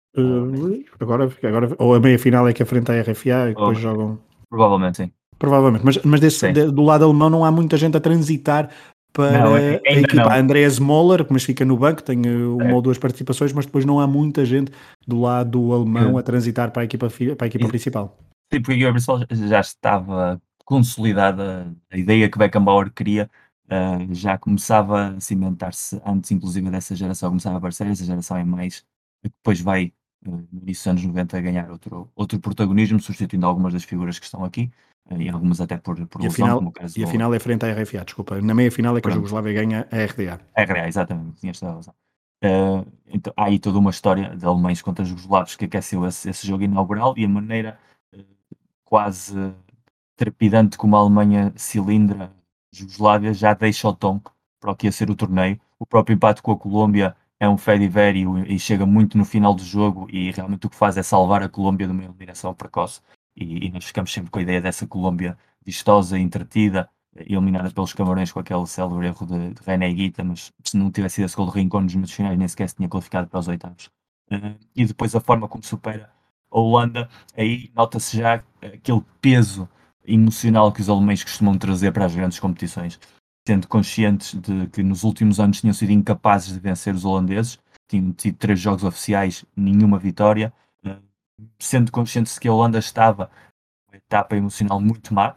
Agora, ou a meia final é que é frente à RFA e Ou depois jogam. provavelmente sim. Provavelmente, mas Sim. do lado alemão não há muita gente a transitar Não, para a ainda equipa. não. A Andreas Moller, mas fica no banco, tem uma ou duas participações, mas depois não há muita gente do lado alemão a transitar para a equipa principal. Sim, porque a Ebersol já estava consolidada a ideia que Beckenbauer queria, já começava a cimentar-se antes inclusive dessa geração começar a aparecer, essa geração é mais a que depois vai, no início dos anos 90 ganhar outro protagonismo, substituindo algumas das figuras que estão aqui, e algumas até por E a lesão, final, como o caso e a do final é frente à RFA, desculpa. Na meia final é que a pronto, Jugoslávia ganha a RDA. RA, exatamente, tinhas toda a razão. Então há aí toda uma história de alemães contra jugoslavos que aqueceu esse jogo inaugural e a maneira, eh, quase trepidante como a Alemanha cilindra a Jugoslávia já deixa o tom para o que ia ser o torneio. O próprio empate com a Colômbia é um fediver e chega muito no final do jogo e realmente o que faz é salvar a Colômbia de uma eliminação precoce e nós ficamos sempre com a ideia dessa Colômbia vistosa, entretida, eliminada pelos Camarões com aquele célebre erro de René Higuita, mas se não tivesse sido esse gol de Rincón nos minutos finais nem sequer se tinha qualificado para os oitavos. E depois a forma como supera a Holanda, aí nota-se já aquele peso emocional que os alemães costumam trazer para as grandes competições, sendo conscientes de que nos últimos anos tinham sido incapazes de vencer os holandeses, tinham tido 3 jogos oficiais, nenhuma vitória, sendo conscientes de que a Holanda estava numa etapa emocional muito má,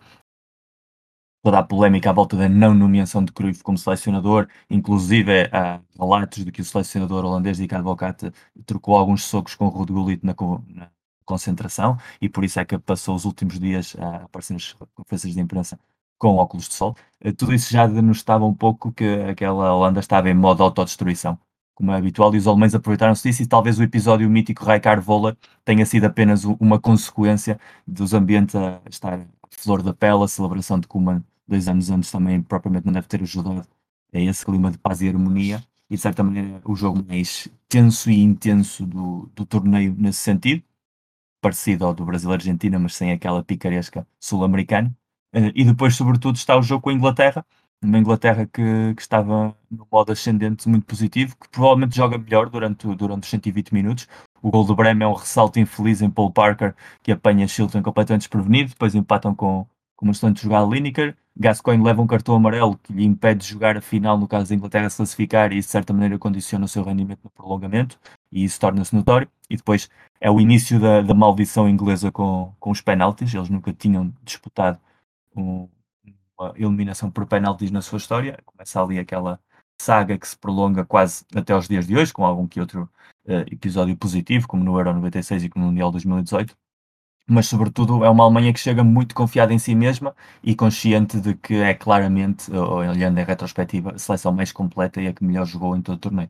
toda a polémica à volta da não nomeação de Cruyff como selecionador, inclusive há relatos de que o selecionador holandês Dick Advocaat trocou alguns socos com o Ruud Gullit na concentração e por isso é que passou os últimos dias a aparecer nas conferências de imprensa com óculos de sol. Tudo isso já denotava um pouco que aquela Holanda estava em modo autodestruição, como é habitual, e os alemães aproveitaram-se disso e talvez o episódio mítico Rijkaard Voller tenha sido apenas uma consequência dos ambientes a estar à flor da pele, a celebração de Koeman 2 anos antes também propriamente não deve ter ajudado a esse clima de paz e harmonia e de certa maneira o jogo mais tenso e intenso do torneio nesse sentido, parecido ao do Brasil-Argentina, mas sem aquela picaresca sul-americana. E depois, sobretudo, está o jogo com a Inglaterra, uma Inglaterra que estava no modo ascendente muito positivo, que provavelmente joga melhor durante os 120 minutos. O gol do Bremen é um ressalto infeliz em Paul Parker, que apanha Shilton completamente desprevenido, depois empatam com uma excelente jogada de Lineker. Gascoigne leva um cartão amarelo que lhe impede de jogar a final no caso da Inglaterra se classificar e isso de certa maneira condiciona o seu rendimento no prolongamento e isso torna-se notório. E depois é o início da maldição inglesa com os penaltis. Eles nunca tinham disputado uma eliminação por penaltis na sua história. Começa ali aquela saga que se prolonga quase até aos dias de hoje, com algum que outro episódio positivo, como no Euro 96 e como no Mundial 2018. Mas, sobretudo, é uma Alemanha que chega muito confiada em si mesma e consciente de que é claramente, olhando em retrospectiva, a seleção mais completa e a que melhor jogou em todo o torneio.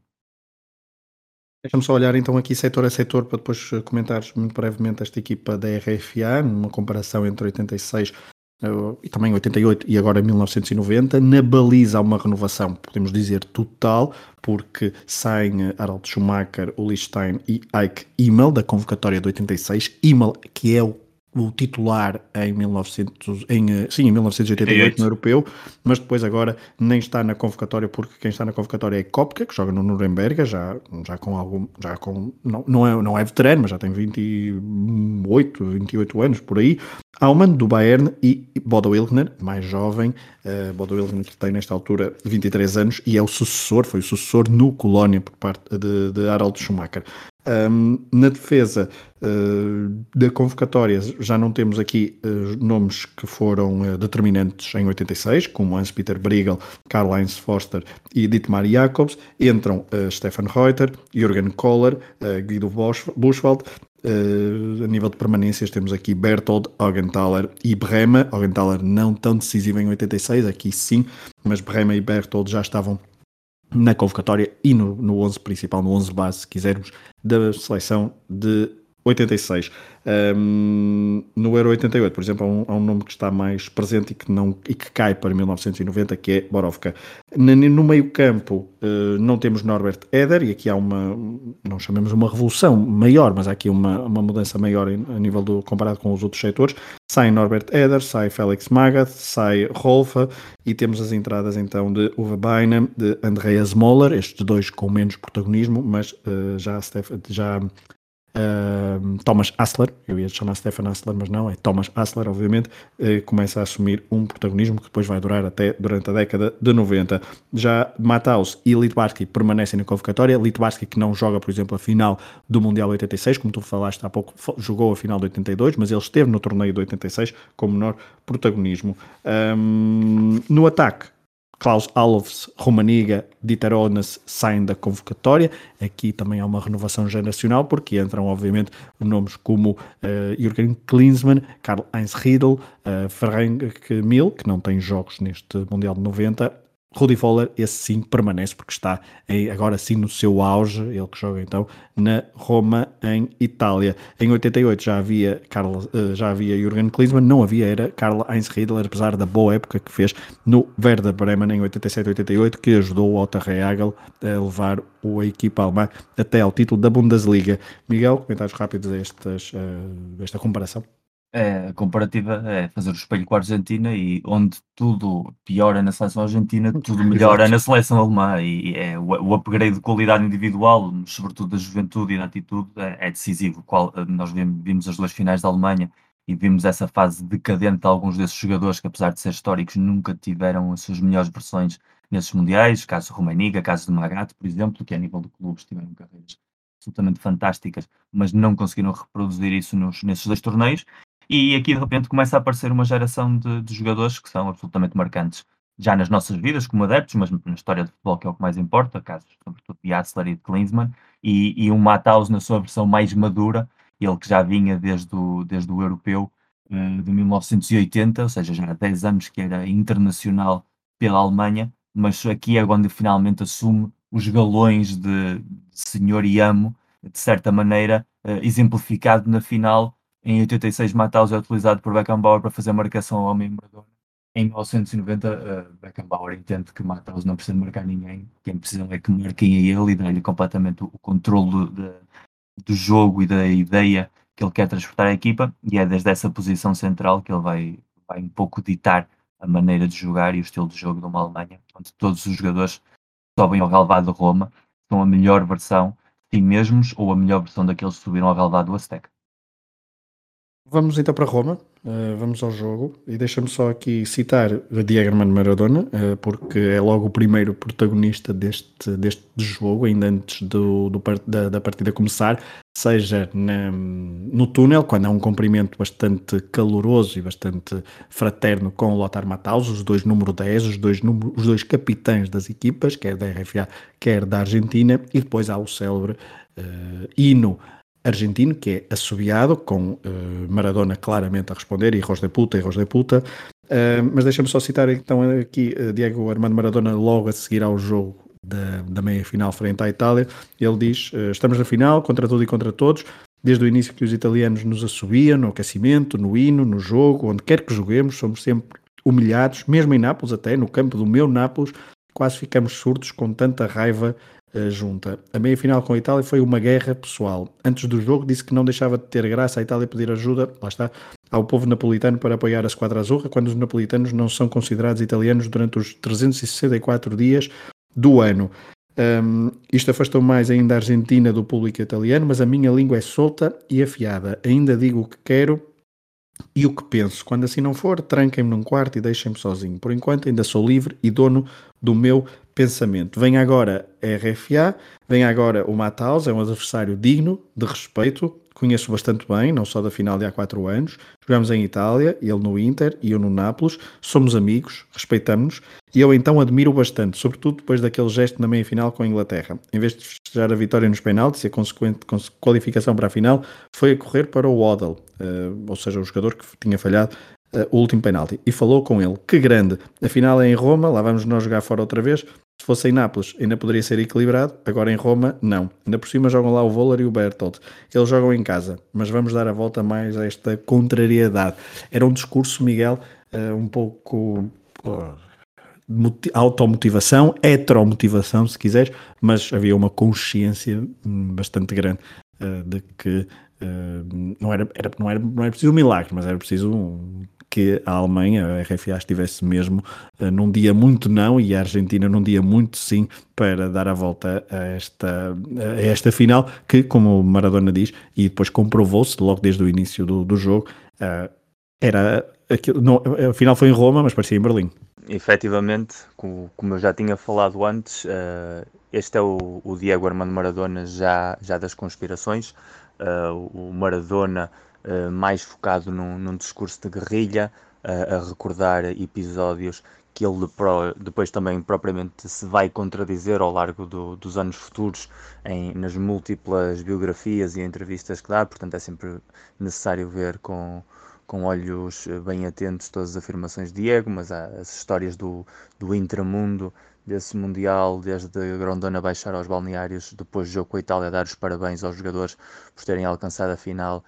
Deixa-me só olhar então aqui setor a setor para depois comentares muito brevemente esta equipa da RFA, numa comparação entre 86 e também 88 e agora 1990. Na baliza há uma renovação, podemos dizer total, porque saem Harald Schumacher, Uli Stein e Eik Immel da convocatória de 86. Immel, que é o titular em 1988 no Europeu, mas depois agora nem está na convocatória porque quem está na convocatória é Kopke, que joga no Nuremberg, já com não é veterano, mas já tem 28 anos por aí. Aumann do Bayern e Bodo Illgner, mais jovem, Bodo Illgner que tem nesta altura 23 anos e foi o sucessor no Colónia por parte de Harald Schumacher. Na defesa da convocatória já não temos aqui nomes que foram determinantes em 86, como Hans-Peter Briegel, Karl-Heinz Forster e Dietmar Jacobs. Entram Stefan Reuter, Jürgen Kohler, Guido Buchwald. A nível de permanências temos aqui Berthold, Augenthaler e Brehme. Augenthaler não tão decisivo em 86, aqui sim, mas Brehme e Berthold já estavam na convocatória e no 11 principal, no 11 base, se quisermos, da seleção de 86. No Euro 88, por exemplo, há um nome que está mais presente e que cai para 1990, que é Borovka. No meio-campo, não temos Norbert Eder, e aqui há não chamemos uma revolução maior, mas há aqui uma mudança maior a nível comparado com os outros setores. Sai Norbert Eder, sai Felix Magath, sai Rolfa, e temos as entradas então de Uwe Beinem, de Andreas Moller, estes dois com menos protagonismo, mas já Thomas Hassler, eu ia chamar Stefan Hassler, mas não, é Thomas Hassler, obviamente, começa a assumir um protagonismo que depois vai durar até durante a década de 90. Já Matthaus e Littbarski permanecem na convocatória. Littbarski, que não joga, por exemplo, a final do Mundial 86, como tu falaste há pouco, jogou a final de 82, mas ele esteve no torneio de 86 com menor protagonismo. No ataque, Klaus Allofs, Rummenigge, Dieter Onas saem da convocatória. Aqui também há uma renovação geracional, porque entram, obviamente, nomes como Jürgen Klinsmann, Karl-Heinz Riedl, Frank Mill, que não tem jogos neste Mundial de 90. Rudi Völler, esse sim permanece, porque está agora sim no seu auge, ele que joga então na Roma, em Itália. Em 88 já havia Jürgen Klinsmann, não havia, era Karl-Heinz Riedl, apesar da boa época que fez no Werder Bremen em 87-88, que ajudou o Otto Rehagel a levar a equipa alemã até ao título da Bundesliga. Miguel, comentários rápidos desta comparação? A comparativa é fazer o espelho com a Argentina, e onde tudo piora na seleção argentina, tudo melhora na seleção alemã, e o upgrade de qualidade individual, sobretudo da juventude e da atitude, é decisivo. Nós vimos as duas finais da Alemanha e vimos essa fase decadente de alguns desses jogadores que, apesar de ser históricos, nunca tiveram as suas melhores versões nesses mundiais, caso Rummenigge, caso de Magath, por exemplo, que a nível de clubes tiveram carreiras absolutamente fantásticas, mas não conseguiram reproduzir isso nesses dois torneios. E aqui de repente começa a aparecer uma geração de jogadores que são absolutamente marcantes, já nas nossas vidas como adeptos, mas na história do futebol, que é o que mais importa, casos sobretudo de Hassler e de Klinsmann, e um Matthaus na sua versão mais madura, ele que já vinha desde o europeu de 1980, ou seja, já há 10 anos que era internacional pela Alemanha, mas aqui é onde finalmente assume os galões de senhor e amo, de certa maneira, exemplificado na final. Em 86, Matthaus é utilizado por Beckenbauer para fazer marcação ao homem Maradona. Em 1990, Beckenbauer entende que Matthaus não precisa marcar ninguém, quem precisa é que marquem a ele, e dá-lhe completamente o controle do jogo e da ideia que ele quer transportar à equipa, e é desde essa posição central que ele vai um pouco ditar a maneira de jogar e o estilo de jogo de uma Alemanha, onde todos os jogadores sobem ao relvado de Roma, são a melhor versão de si mesmos ou a melhor versão daqueles que subiram ao relvado do Azteca. Vamos então para Roma, vamos ao jogo, e deixa-me só aqui citar Diego Armando Maradona, porque é logo o primeiro protagonista deste jogo, ainda antes da partida começar, seja no túnel, quando há um cumprimento bastante caloroso e bastante fraterno com o Lothar Matthaus, os dois número 10, os dois capitães das equipas, quer da RFA, quer da Argentina, e depois há o célebre hino argentino, que é assobiado, com Maradona claramente a responder, hijos de puta, hijos de puta. Mas deixa-me só citar então aqui Diego Armando Maradona logo a seguir ao jogo da meia-final frente à Itália. Ele diz: estamos na final, contra tudo e contra todos, desde o início que os italianos nos assobiam, no aquecimento, no hino, no jogo, onde quer que joguemos, somos sempre humilhados, mesmo em Nápoles, até no campo do meu Nápoles, quase ficamos surdos com tanta raiva junta. A meia-final com a Itália foi uma guerra pessoal. Antes do jogo disse que não deixava de ter graça a Itália pedir ajuda, lá está, ao povo napolitano para apoiar a Squadra Azzurra, quando os napolitanos não são considerados italianos durante os 364 dias do ano. Isto afastou mais ainda a Argentina do público italiano, mas a minha língua é solta e afiada. Ainda digo o que quero e o que penso. Quando assim não for, tranquem-me num quarto e deixem-me sozinho. Por enquanto ainda sou livre e dono do meu pensamento. Vem agora a RFA, vem agora o Matthaus, é um adversário digno, de respeito, conheço bastante bem, não só da final de há 4 anos, jogamos em Itália, ele no Inter e eu no Nápoles, somos amigos, respeitamos-nos, e eu então admiro bastante, sobretudo depois daquele gesto na meia-final com a Inglaterra. Em vez de festejar a vitória nos penaltis e a consequente qualificação para a final, foi a correr para o Waddle, ou seja, o jogador que tinha falhado o último penalti, e falou com ele: que grande, a final é em Roma, lá vamos nós jogar fora outra vez, Se fosse em Nápoles, ainda poderia ser equilibrado. Agora em Roma, não. Ainda por cima jogam lá o Voller e o Bertolt. Eles jogam em casa, mas vamos dar a volta mais a esta contrariedade. Era um discurso, Miguel, um pouco automotivação, heteromotivação, se quiseres, mas havia uma consciência bastante grande de que não era preciso um milagre, mas era preciso que a Alemanha, a RFA, estivesse mesmo num dia muito não e a Argentina num dia muito sim para dar a volta a esta final que, como o Maradona diz, e depois comprovou-se logo desde o início do jogo, era aquilo, não, a final foi em Roma, mas parecia em Berlim. Efetivamente, como eu já tinha falado antes, este é o Diego Armando Maradona já das conspirações. O Maradona mais focado num discurso de guerrilha, a recordar episódios que ele depois também propriamente se vai contradizer ao largo dos anos futuros nas múltiplas biografias e entrevistas que dá, portanto é sempre necessário ver com olhos bem atentos todas as afirmações de Diego, mas há as histórias do intramundo desse Mundial, desde a Grondona baixar aos balneários depois do jogo com a Itália, dar os parabéns aos jogadores por terem alcançado a final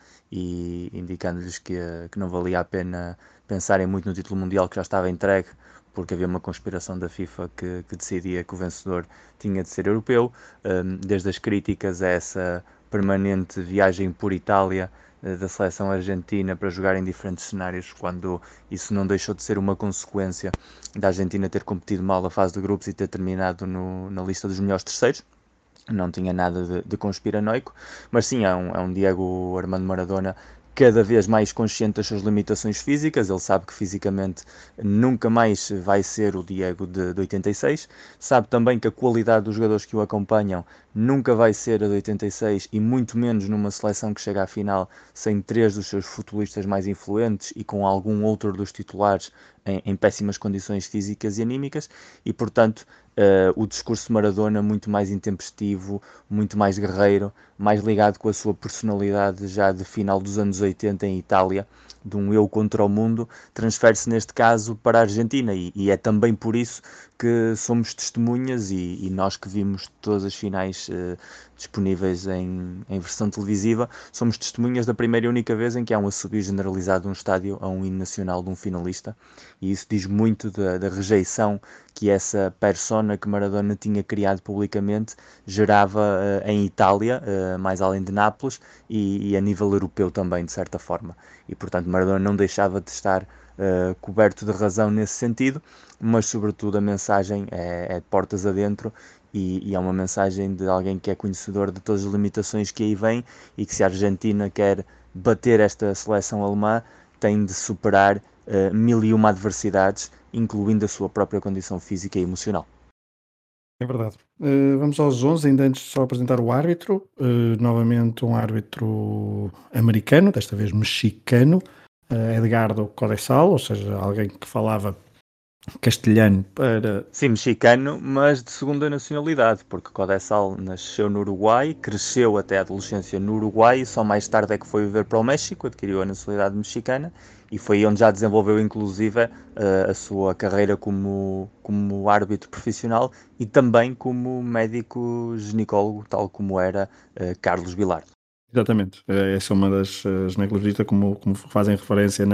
e indicando-lhes que não valia a pena pensarem muito no título mundial que já estava entregue, porque havia uma conspiração da FIFA que decidia que o vencedor tinha de ser europeu, desde as críticas a essa permanente viagem por Itália da seleção argentina para jogar em diferentes cenários, quando isso não deixou de ser uma consequência da Argentina ter competido mal a fase de grupos e ter terminado na lista dos melhores terceiros. Não tinha nada de conspiranoico, mas sim, é um Diego Armando Maradona cada vez mais consciente das suas limitações físicas. Ele sabe que fisicamente nunca mais vai ser o Diego de 86, sabe também que a qualidade dos jogadores que o acompanham nunca vai ser a de 86 e muito menos numa seleção que chega à final sem três dos seus futebolistas mais influentes e com algum outro dos titulares em péssimas condições físicas e anímicas, e portanto o discurso de Maradona muito mais intempestivo, muito mais guerreiro, mais ligado com a sua personalidade já de final dos anos 80 em Itália, de um eu contra o mundo, transfere-se neste caso para a Argentina, e é também por isso que somos testemunhas, e nós que vimos todas as finais disponíveis em versão televisiva, somos testemunhas da primeira e única vez em que há um assobio generalizado de um estádio a um hino nacional de um finalista, e isso diz muito da rejeição que essa persona que Maradona tinha criado publicamente gerava em Itália, mais além de Nápoles, e a nível europeu também, de certa forma. E, portanto, Maradona não deixava de estar coberto de razão nesse sentido, mas, sobretudo, a mensagem é de portas adentro, e é uma mensagem de alguém que é conhecedor de todas as limitações que aí vêm, e que se a Argentina quer bater esta seleção alemã, tem de superar mil e uma adversidades, incluindo a sua própria condição física e emocional. É verdade. Vamos aos 11, ainda antes de só apresentar o árbitro. Novamente um árbitro americano, desta vez mexicano, Edgardo Codesal, ou seja, alguém que falava castelhano para... Sim, mexicano, mas de segunda nacionalidade, porque Codesal nasceu no Uruguai, cresceu até a adolescência no Uruguai e só mais tarde é que foi viver para o México, adquiriu a nacionalidade mexicana e foi onde já desenvolveu inclusive a sua carreira como árbitro profissional e também como médico ginecólogo, tal como era Carlos Bilar. Exatamente, essa é uma das ginecologistas, como fazem referência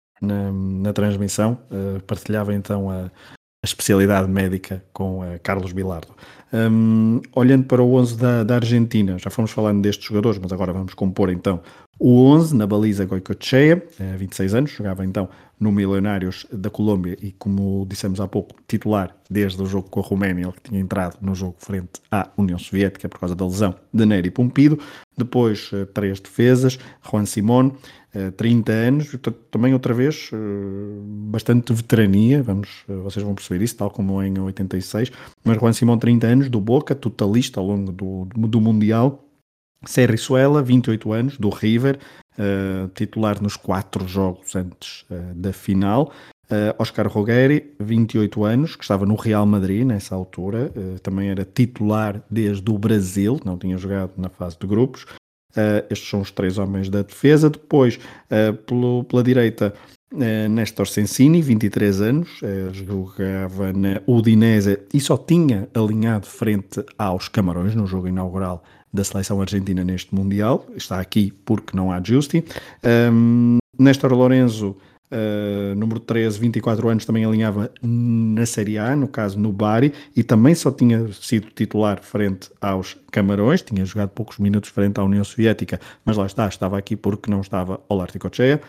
na transmissão, partilhava então a especialidade médica com Carlos Bilardo. Olhando para o 11 da Argentina, já fomos falando destes jogadores, mas agora vamos compor então o 11 na baliza Goicoechea, 26 anos, jogava então no Milionários da Colômbia e, como dissemos há pouco, titular desde o jogo com a Roménia, ele que tinha entrado no jogo frente à União Soviética por causa da lesão de Nery Pumpido. Depois, três defesas, Juan Simón, 30 anos, também outra vez bastante veterania, vocês vão perceber isso, tal como em 86, mas Juan Simón, 30 anos, do Boca, totalista ao longo do Mundial. Serriçuela, 28 anos, do River, titular nos 4 jogos antes da final. Óscar Ruggeri, 28 anos, que estava no Real Madrid nessa altura, também era titular desde o Brasil, não tinha jogado na fase de grupos. Estes são os 3 homens da defesa. Depois, pela direita, Néstor Sensini, 23 anos, jogava na Udinese e só tinha alinhado frente aos Camarões no jogo inaugural da seleção argentina neste Mundial. Está aqui porque não há Justi. Néstor Lorenzo, número 13, 24 anos, também alinhava na Série A, no caso no Bari, e também só tinha sido titular frente aos Camarões, tinha jogado poucos minutos frente à União Soviética, mas lá está, estava aqui porque não estava Olar Ticochea.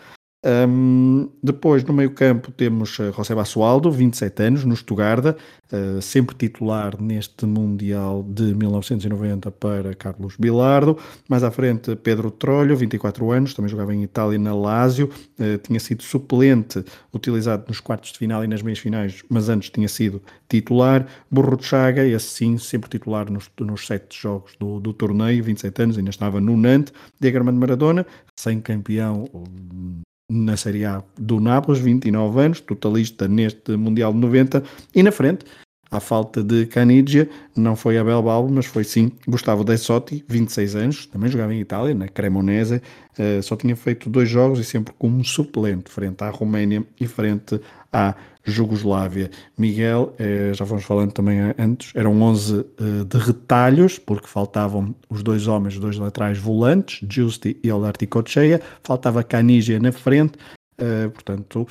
Depois no meio campo temos José Basualdo, 27 anos, no Stuttgart, sempre titular neste Mundial de 1990 para Carlos Bilardo. Mais à frente Pedro Troglio, 24 anos, também jogava em Itália e na Lazio, tinha sido suplente, utilizado nos quartos de final e nas meias finais, mas antes tinha sido titular. Burruchaga, esse sim, sempre titular nos 7 jogos do torneio, 27 anos, ainda estava no Nantes. Diego Armando Maradona, sem-campeão na Série A do Nápoles, 29 anos, totalista neste Mundial de 90, e na frente, à falta de Caniggia, não foi Abel Balbo, mas foi sim Gustavo Dessotti, 26 anos, também jogava em Itália, na Cremonese, só tinha feito 2 jogos e sempre como suplente, frente à Roménia e frente à Jugoslávia. Miguel, já fomos falando também antes, eram 11 de retalhos, porque faltavam os 2 homens, os 2 laterais volantes, Justi e Olar Ticochea, faltava Caniggia na frente, portanto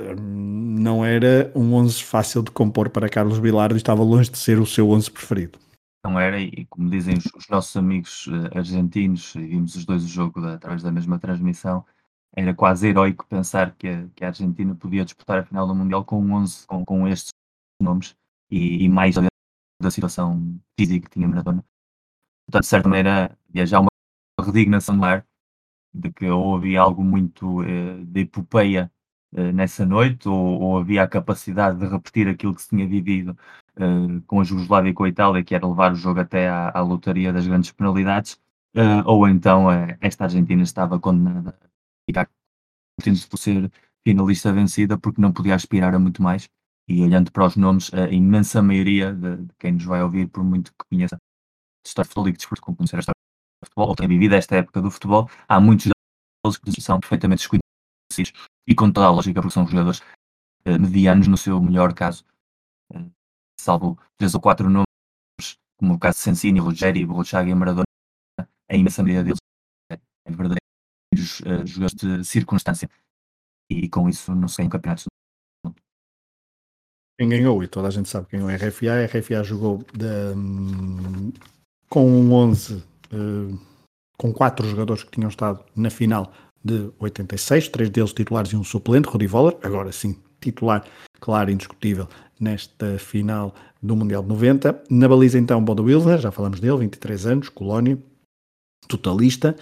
não era um 11 fácil de compor para Carlos Bilardo e estava longe de ser o seu 11 preferido. Não era, e como dizem os nossos amigos argentinos, e vimos os dois o jogo através da mesma transmissão, era quase heroico pensar que a Argentina podia disputar a final do Mundial com um 11 com estes nomes e mais da situação física que tinha Maradona. Portanto, de certa maneira, havia já uma resignação no ar de que ou havia algo muito de epopeia nessa noite, ou havia a capacidade de repetir aquilo que se tinha vivido com a Jugoslávia e com a Itália, que era levar o jogo até à lotaria das grandes penalidades, ou então esta Argentina estava condenada a ficar contente por ser finalista vencida, porque não podia aspirar a muito mais. E olhando para os nomes, a imensa maioria de quem nos vai ouvir, por muito que conheça a história de futebol e que desfrute com conhecer a história do futebol, ou tenha vivido esta época do futebol, há muitos deles que são perfeitamente desconhecidos e com toda a lógica, porque são jogadores medianos no seu melhor caso, salvo 3 ou 4 nomes, como o caso de Sensini, Ruggeri, Burruchaga e Maradona, a imensa maioria deles é verdadeiros jogadores de circunstância, e com isso não se ganham campeonatos. Quem ganhou, e toda a gente sabe quem é o RFA, a RFA jogou com um 11, com 4 jogadores que tinham estado na final de 86, 3 deles titulares e um suplente, Rudi Voller, agora sim, titular, claro, indiscutível, nesta final do Mundial de 90. Na baliza então, Bodo Wilsner, já falamos dele, 23 anos, Colónia, totalista.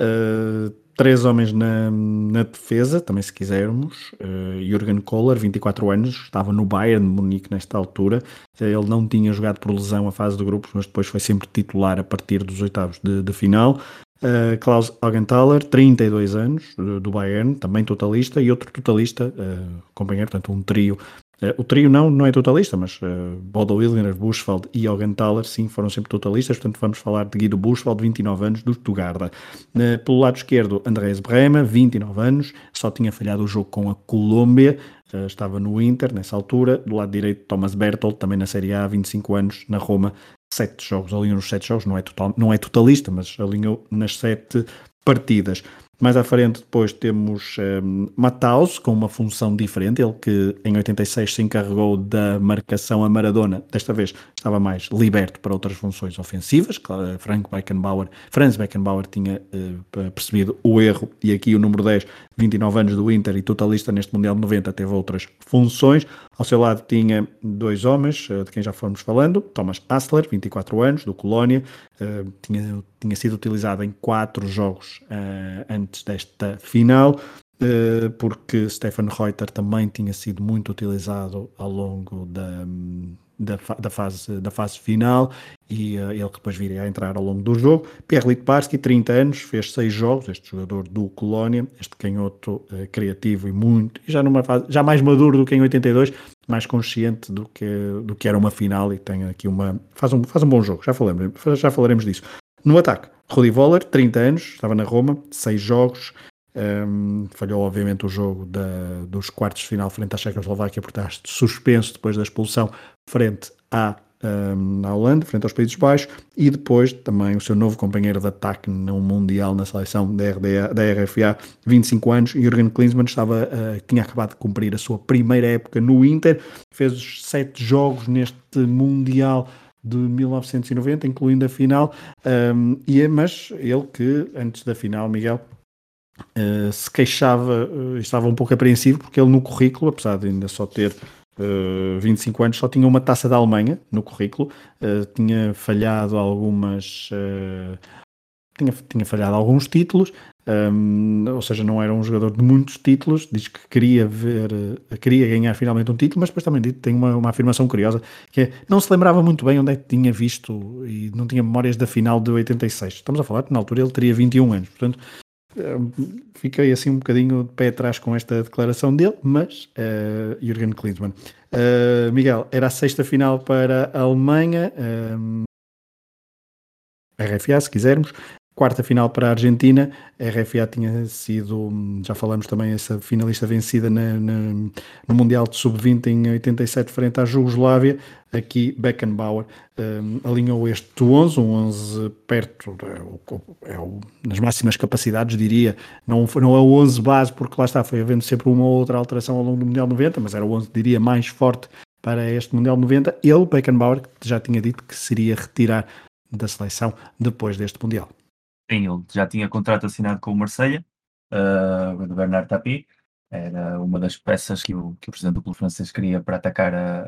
3 homens na defesa, também se quisermos. Jürgen Kohler, 24 anos, estava no Bayern de Munique nesta altura. Ele não tinha jogado por lesão a fase de grupos, mas depois foi sempre titular a partir dos oitavos de final. Klaus Augenthaler, 32 anos, do Bayern, também totalista, e outro totalista, companheiro, portanto um trio. O trio não é totalista, mas Bodo Illner, Buchwald e Augenthaler sim foram sempre totalistas, portanto vamos falar de Guido Buchwald, 29 anos, do Stuttgart. Pelo lado esquerdo, Andreas Brehme, 29 anos, só tinha falhado o jogo com a Colômbia, estava no Inter nessa altura. Do lado direito, Thomas Berthold, também na Série A, 25 anos, na Roma, 7 jogos, alinhou nos 7 jogos, não é totalista, mas alinhou nas 7 partidas. Mais à frente depois temos Matthaus, com uma função diferente, ele que em 86 se encarregou da marcação a Maradona, desta vez estava mais liberto para outras funções ofensivas. Claro, Franz Beckenbauer tinha percebido o erro, e aqui o número 10, 29 anos, do Inter e totalista neste Mundial de 90, teve outras funções. Ao seu lado tinha 2 homens, de quem já fomos falando, Thomas Hassler, 24 anos, do Colónia, tinha sido utilizado em 4 jogos antes desta final, porque Stefan Reuter também tinha sido muito utilizado ao longo da fase final, e ele que depois viria a entrar ao longo do jogo. Pierre Littbarski, 30 anos, fez 6 jogos, este jogador do Colónia, este canhoto criativo e já numa fase, já mais maduro do que em 82, mais consciente do que era uma final, e tem aqui faz um bom jogo, já falaremos disso. No ataque, Rudi Voller, 30 anos, estava na Roma, 6 jogos, falhou obviamente o jogo dos quartos de final frente à Checoslováquia por estar suspenso depois da expulsão frente à Holanda, frente aos Países Baixos, e depois também o seu novo companheiro de ataque no Mundial na seleção da RFA, 25 anos, Jürgen Klinsmann, tinha acabado de cumprir a sua primeira época no Inter, fez 7 jogos neste Mundial de 1990, incluindo a final, mas ele que, antes da final, Miguel, se queixava, estava um pouco apreensivo, porque ele no currículo, apesar de ainda só ter 25 anos, só tinha uma taça da Alemanha no currículo, tinha falhado tinha falhado alguns títulos, ou seja, não era um jogador de muitos títulos. Diz que queria ganhar finalmente um título, mas depois também tem uma afirmação curiosa, que é, não se lembrava muito bem onde é que tinha visto e não tinha memórias da final de 86. Estamos a falar que na altura ele teria 21 anos, portanto fiquei assim um bocadinho de pé atrás com esta declaração dele, mas Jürgen Klinsmann. Miguel, era a sexta final para a Alemanha, RFA, se quisermos. Quarta final para a Argentina. A RFA tinha sido, já falamos também, essa finalista vencida no Mundial de Sub-20 em 87 frente à Jugoslávia. Aqui Beckenbauer alinhou este 11, um 11 perto, nas máximas capacidades, diria. Não é o 11 base, porque lá está, foi havendo sempre uma ou outra alteração ao longo do Mundial 90, mas era o 11, diria, mais forte para este Mundial 90. Ele, Beckenbauer, que já tinha dito que seria retirar da seleção depois deste Mundial. Sim, ele já tinha contrato assinado com o Marselha, do Bernard Tapie. Era uma das peças que o presidente do clube francês queria para atacar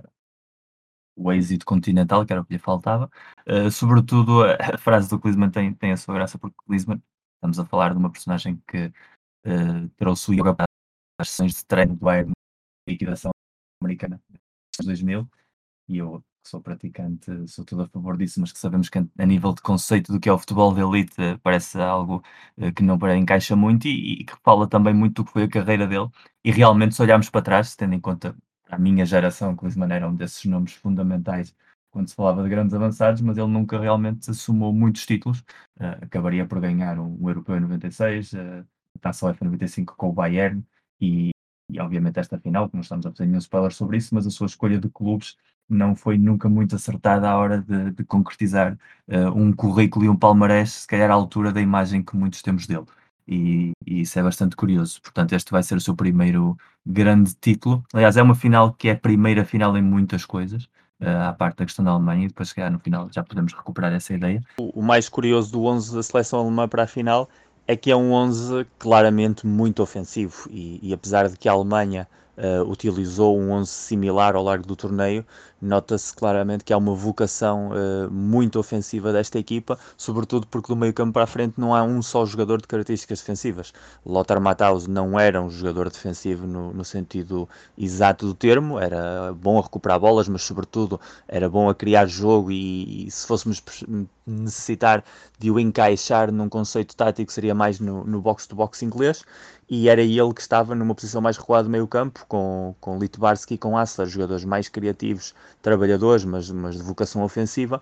o êxito continental, que era o que lhe faltava. Sobretudo, a frase do Klinsmann tem a sua graça, porque Klinsmann, estamos a falar de uma personagem que trouxe o yoga para as sessões de treino do Bayern de liquidação americana em 2000, e eu, que sou praticante, sou todo a favor disso, mas que sabemos que a nível de conceito do que é o futebol de elite, parece algo que não encaixa muito, e que fala também muito do que foi a carreira dele. E realmente, se olharmos para trás, tendo em conta a minha geração, Klinsmann era um desses nomes fundamentais quando se falava de grandes avançados, mas ele nunca realmente somou muitos títulos. Acabaria por ganhar um Europeu em 96, a Taça UEFA 95 com o Bayern, e obviamente esta final, que não estamos a fazer nenhum spoiler sobre isso, mas a sua escolha de clubes não foi nunca muito acertada à hora de concretizar um currículo e um palmarés, se calhar à altura da imagem que muitos temos dele. E isso é bastante curioso. Portanto, este vai ser o seu primeiro grande título. Aliás, é uma final que é a primeira final em muitas coisas, à parte da questão da Alemanha, e depois, se calhar, no final já podemos recuperar essa ideia. O mais curioso do 11 da seleção alemã para a final é que é um 11 claramente muito ofensivo, e apesar de que a Alemanha utilizou um 11 similar ao largo do torneio, nota-se claramente que há uma vocação muito ofensiva desta equipa, sobretudo porque do meio campo para a frente não há um só jogador de características defensivas. Lothar Matthaus não era um jogador defensivo no sentido exato do termo, era bom a recuperar bolas, mas sobretudo era bom a criar jogo, e se fôssemos necessitar de o encaixar num conceito tático seria mais no box-to-box inglês, e era ele que estava numa posição mais recuada do meio campo, com Littbarski e com Hassler, jogadores mais criativos, trabalhadores, mas de vocação ofensiva,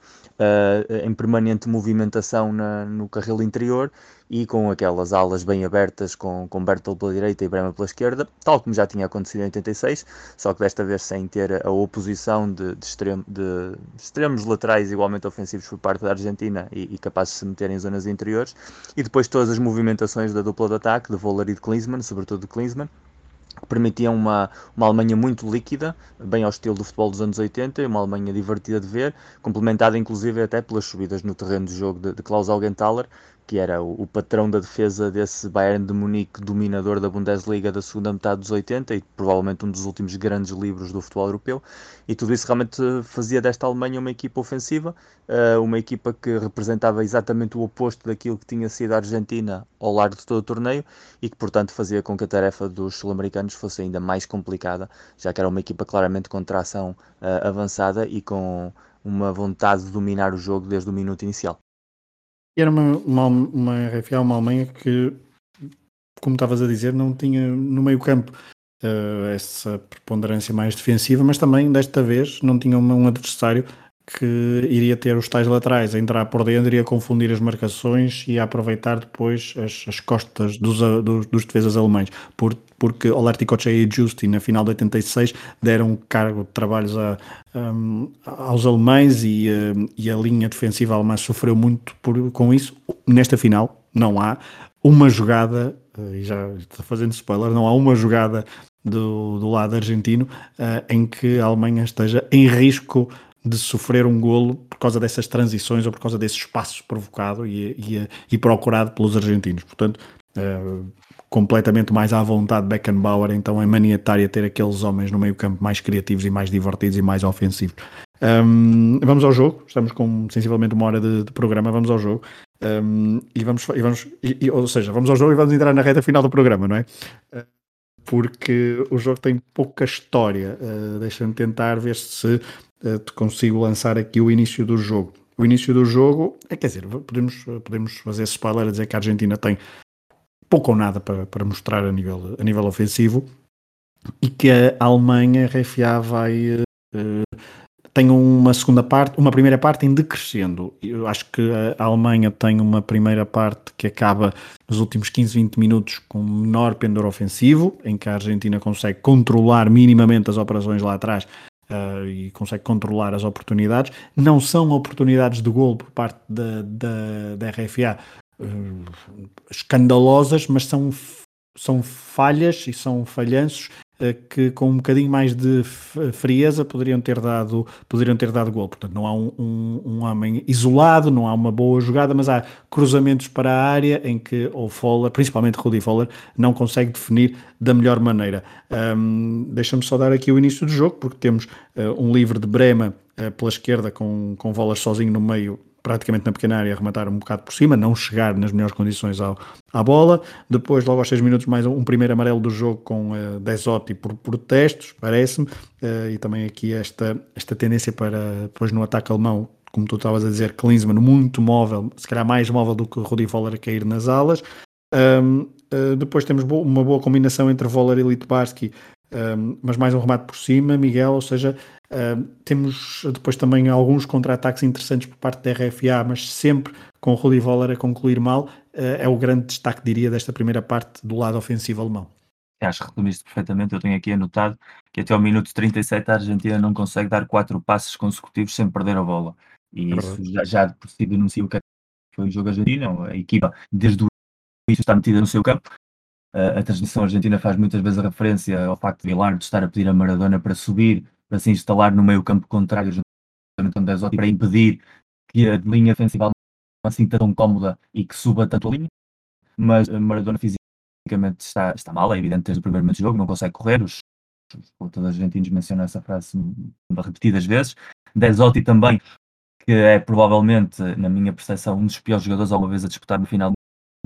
em permanente movimentação no carril interior, e com aquelas alas bem abertas, com Bertel pela direita e Bremer pela esquerda, tal como já tinha acontecido em 86, só que desta vez sem ter a oposição de extremos laterais igualmente ofensivos por parte da Argentina e capazes de se meter em zonas interiores, e depois todas as movimentações da dupla de ataque, de Voller e de Klinsmann, sobretudo de Klinsmann, que permitiam uma Alemanha muito líquida, bem ao estilo do futebol dos anos 80, e uma Alemanha divertida de ver, complementada inclusive até pelas subidas no terreno de jogo de Klaus Augenthaler, que era o patrão da defesa desse Bayern de Munique dominador da Bundesliga da segunda metade dos 80, e provavelmente um dos últimos grandes livros do futebol europeu, e tudo isso realmente fazia desta Alemanha uma equipa ofensiva, uma equipa que representava exatamente o oposto daquilo que tinha sido a Argentina ao largo de todo o torneio, e que portanto fazia com que a tarefa dos sul-americanos fosse ainda mais complicada, já que era uma equipa claramente com tração avançada e com uma vontade de dominar o jogo desde o minuto inicial. E era uma RFA, uma Alemanha que, como estavas a dizer, não tinha no meio campo essa preponderância mais defensiva, mas também desta vez não tinha um adversário que iria ter os tais laterais a entrar por dentro, iria confundir as marcações e a aproveitar depois as costas dos defesas alemães, porque Olarticoche e Justi na final de 86 deram cargo de trabalhos aos alemães e a linha defensiva alemã sofreu muito com isso. Nesta final não há uma jogada, e já estou fazendo spoiler, não há uma jogada do lado argentino em que a Alemanha esteja em risco de sofrer um golo por causa dessas transições ou por causa desse espaço provocado e procurado pelos argentinos. Portanto, completamente mais à vontade Beckenbauer, então é maniatário ter aqueles homens no meio campo mais criativos e mais divertidos e mais ofensivos. Vamos ao jogo, estamos com sensivelmente 1 hora de programa, vamos ao jogo. Ou seja, vamos ao jogo e vamos entrar na reta final do programa, não é? Porque o jogo tem pouca história. Deixa-me tentar ver se te consigo lançar aqui o início do jogo. O início do jogo, quer dizer, podemos fazer spoiler a dizer que a Argentina tem pouco ou nada para mostrar a nível ofensivo e que a Alemanha, RFA, tem uma primeira parte em decrescendo. Eu acho que a Alemanha tem uma primeira parte que acaba nos últimos 15, 20 minutos com menor pendor ofensivo, em que a Argentina consegue controlar minimamente as operações lá atrás e consegue controlar as oportunidades. Não são oportunidades de golo por parte da RFA escandalosas, mas são falhas e são falhanços que com um bocadinho mais de frieza poderiam ter dado gol. Portanto, não há um homem isolado, não há uma boa jogada, mas há cruzamentos para a área em que o Voller, principalmente Rudi Voller, não consegue definir da melhor maneira. Deixa-me só dar aqui o início do jogo, porque temos um livre de Brema pela esquerda com Voller sozinho no meio, praticamente na pequena área, a rematar um bocado por cima, não chegar nas melhores condições à bola. Depois, logo aos 6 minutos, mais um primeiro amarelo do jogo com Desotti por protestos, parece-me, e também aqui esta tendência para, depois no ataque alemão, como tu estavas a dizer, Klinsmann muito móvel, se calhar mais móvel do que o Rudi Voller a cair nas alas. Depois temos uma boa combinação entre Voller e Littbarski, mas mais um remate por cima, Miguel, ou seja, temos depois também alguns contra-ataques interessantes por parte da RFA, mas sempre com o Rudi Voller a concluir mal. É o grande destaque, diria, desta primeira parte do lado ofensivo alemão. Acho que resumiste perfeitamente. Eu tenho aqui anotado que até ao minuto 37 a Argentina não consegue dar 4 passes consecutivos sem perder a bola. E isso já por si denuncia o que foi o jogo argentino. A equipa, desde o início, está metida no seu campo. A transmissão argentina faz muitas vezes a referência ao facto de Bilardo estar a pedir a Maradona para subir, para se instalar no meio campo contrário, juntamente com Desotti, para impedir que a linha ofensiva não se sinta tão cómoda e que suba tanto a linha. Mas a Maradona fisicamente está mal, é evidente desde o primeiro momento do jogo, não consegue correr. Os lutadores argentinos mencionam essa frase repetidas vezes. Desotti também, que é provavelmente, na minha percepção, um dos piores jogadores alguma vez a disputar no final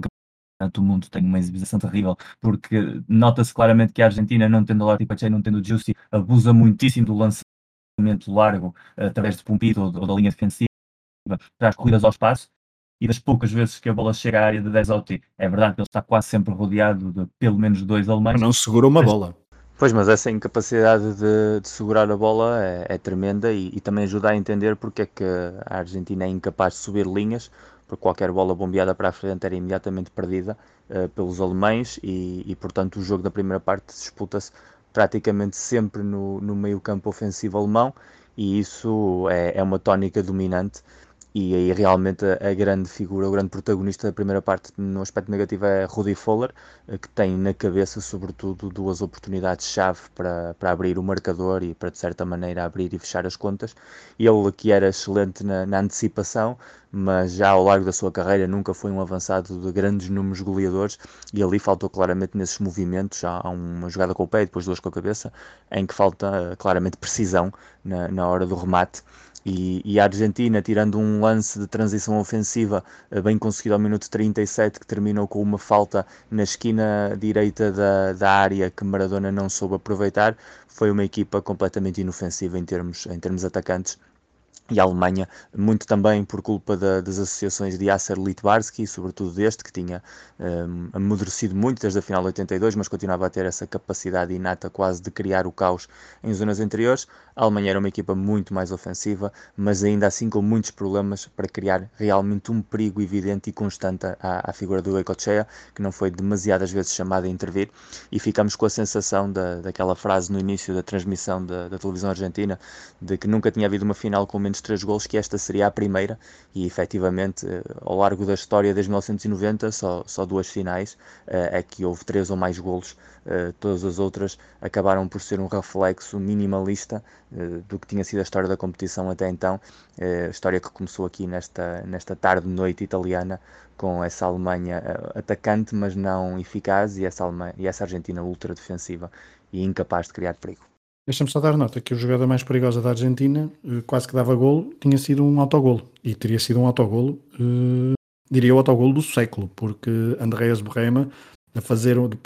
do mundo. Tem uma exibição terrível, porque nota-se claramente que a Argentina, não tendo o Lartipache, não tendo o Justi, abusa muitíssimo do lançamento largo através de Pumpido ou da linha defensiva, traz corridas ao espaço, e das poucas vezes que a bola chega à área de Desotti, é verdade que ele está quase sempre rodeado de pelo menos 2 alemães. Não segura uma bola. Pois, mas essa incapacidade de segurar a bola é tremenda e também ajuda a entender porque é que a Argentina é incapaz de subir linhas, porque qualquer bola bombeada para a frente era imediatamente perdida pelos alemães e, portanto, o jogo da primeira parte disputa-se praticamente sempre no meio campo ofensivo alemão, e isso é uma tónica dominante. E aí realmente a grande figura, o grande protagonista da primeira parte no aspecto negativo é Rudi Voller, que tem na cabeça sobretudo 2 oportunidades-chave para abrir o marcador e para de certa maneira abrir e fechar as contas. Ele que era excelente na antecipação, mas já ao largo da sua carreira nunca foi um avançado de grandes números goleadores, e ali faltou claramente nesses movimentos. Há uma jogada com o pé e depois 2 com a cabeça, em que falta claramente precisão na hora do remate. E a Argentina, tirando um lance de transição ofensiva bem conseguido ao minuto 37, que terminou com uma falta na esquina direita da área que Maradona não soube aproveitar, foi uma equipa completamente inofensiva em termos atacantes. e a Alemanha, muito também por culpa das associações de Yasser Litbarski, sobretudo deste, que tinha amadurecido muito desde a final de 82, mas continuava a ter essa capacidade inata quase de criar o caos em zonas interiores. A Alemanha era uma equipa muito mais ofensiva, mas ainda assim com muitos problemas para criar realmente um perigo evidente e constante à figura do Goicoechea, que não foi demasiadas vezes chamado a intervir, e ficamos com a sensação daquela frase no início da transmissão da televisão argentina, de que nunca tinha havido uma final com menos 3 golos, que esta seria a primeira, e efetivamente ao largo da história desde 1990 só 2 finais é que houve 3 ou mais golos. Todas as outras acabaram por ser um reflexo minimalista do que tinha sido a história da competição até então, a história que começou aqui nesta tarde-noite italiana, com essa Alemanha atacante mas não eficaz, e essa Argentina ultra defensiva e incapaz de criar perigo. Deixa-me só dar nota que a jogada mais perigosa da Argentina, quase que dava golo, tinha sido um autogolo. E teria sido um autogolo, diria o autogolo do século, porque Andreas Brehme a fazer o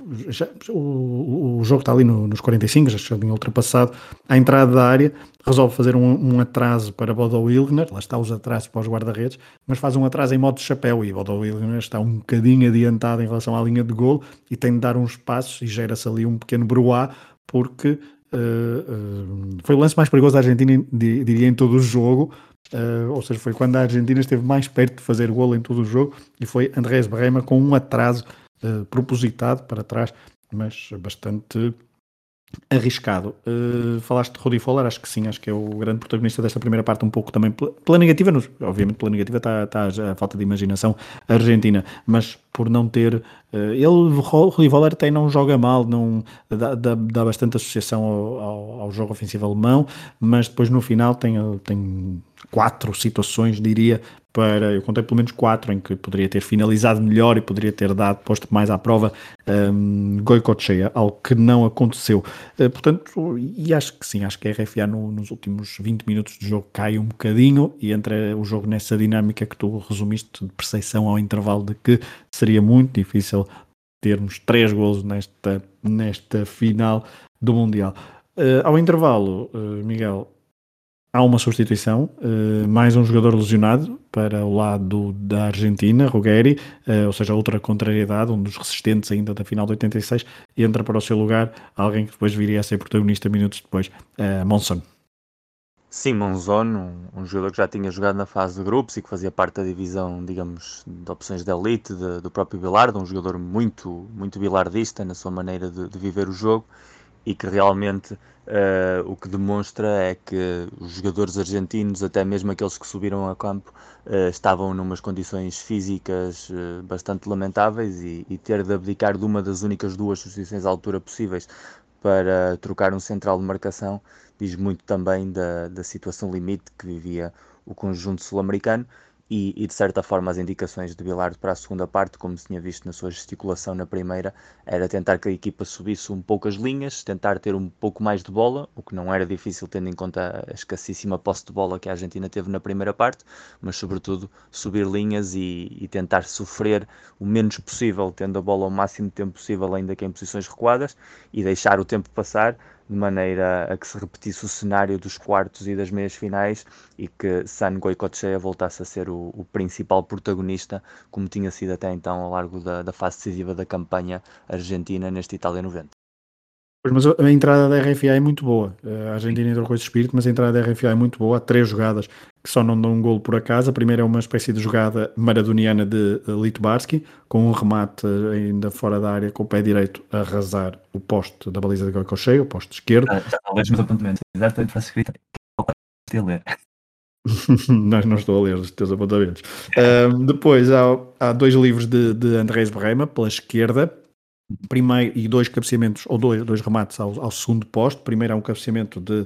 jogo está ali nos 45, já tinha ultrapassado à entrada da área, resolve fazer um atraso para Bodo Illgner, lá está os atrasos para os guarda-redes, mas faz um atraso em modo de chapéu, e Bodo Illgner está um bocadinho adiantado em relação à linha de golo e tem de dar uns passos, e gera-se ali um pequeno bruá, porque foi o lance mais perigoso da Argentina, diria, em todo o jogo. Ou seja, foi quando a Argentina esteve mais perto de fazer golo em todo o jogo, e foi Andrés Brehme com um atraso propositado para trás, mas bastante arriscado. Falaste de Rudi Völler, acho que sim, acho que é o grande protagonista desta primeira parte, um pouco também pela negativa, obviamente pela negativa está a falta de imaginação argentina, mas por não ter Rudi Völler até não joga mal, não dá bastante associação ao jogo ofensivo alemão, mas depois no final tem 4 situações, diria, eu contei pelo menos 4 em que poderia ter finalizado melhor e poderia ter posto mais à prova Goicoechea, algo que não aconteceu. Portanto, e acho que sim, acho que a RFA nos últimos 20 minutos de jogo cai um bocadinho, e entra o jogo nessa dinâmica que tu resumiste, de percepção ao intervalo, de que seria muito difícil termos 3 golos nesta final do Mundial. Ao intervalo, Miguel, há uma substituição, mais um jogador lesionado para o lado da Argentina, Ruggeri, ou seja, outra contrariedade, um dos resistentes ainda da final de 86, e entra para o seu lugar alguém que depois viria a ser protagonista minutos depois, Monson. Sim, Monzon, um jogador que já tinha jogado na fase de grupos e que fazia parte da divisão, digamos, de opções de elite do próprio Bilardo, um jogador muito, muito bilardista na sua maneira de viver o jogo, e que realmente o que demonstra é que os jogadores argentinos, até mesmo aqueles que subiram a campo, estavam numas condições físicas bastante lamentáveis, e ter de abdicar de uma das únicas 2 substituições à altura possíveis para trocar um central de marcação diz muito também da situação limite que vivia o conjunto sul-americano, e de certa forma as indicações de Bilardo para a segunda parte, como se tinha visto na sua gesticulação na primeira, era tentar que a equipa subisse um pouco as linhas, tentar ter um pouco mais de bola, o que não era difícil tendo em conta a escassíssima posse de bola que a Argentina teve na primeira parte, mas sobretudo subir linhas e tentar sofrer o menos possível, tendo a bola o máximo de tempo possível, ainda que em posições recuadas, e deixar o tempo passar, de maneira a que se repetisse o cenário dos quartos e das meias finais, e que San Goicoechea voltasse a ser o principal protagonista, como tinha sido até então ao largo da fase decisiva da campanha argentina neste Itália 90. Pois, mas a entrada da RFA é muito boa. A Argentina entrou com esse espírito, mas a entrada da RFA é muito boa. Há 3 jogadas que só não dão um golo por acaso. A primeira é uma espécie de jogada maradoniana de Litbarski, com um remate ainda fora da área, com o pé direito a arrasar o poste da baliza de Goicoechea, o poste esquerdo. Já talvez meus apontamentos. Exatamente, faço escrita. A ler. Não estou a ler os teus apontamentos. Depois há 2 livros de Andrés Brehme pela esquerda, primeiro, e 2 cabeceamentos, ou dois remates ao segundo posto. Primeiro é um cabeceamento de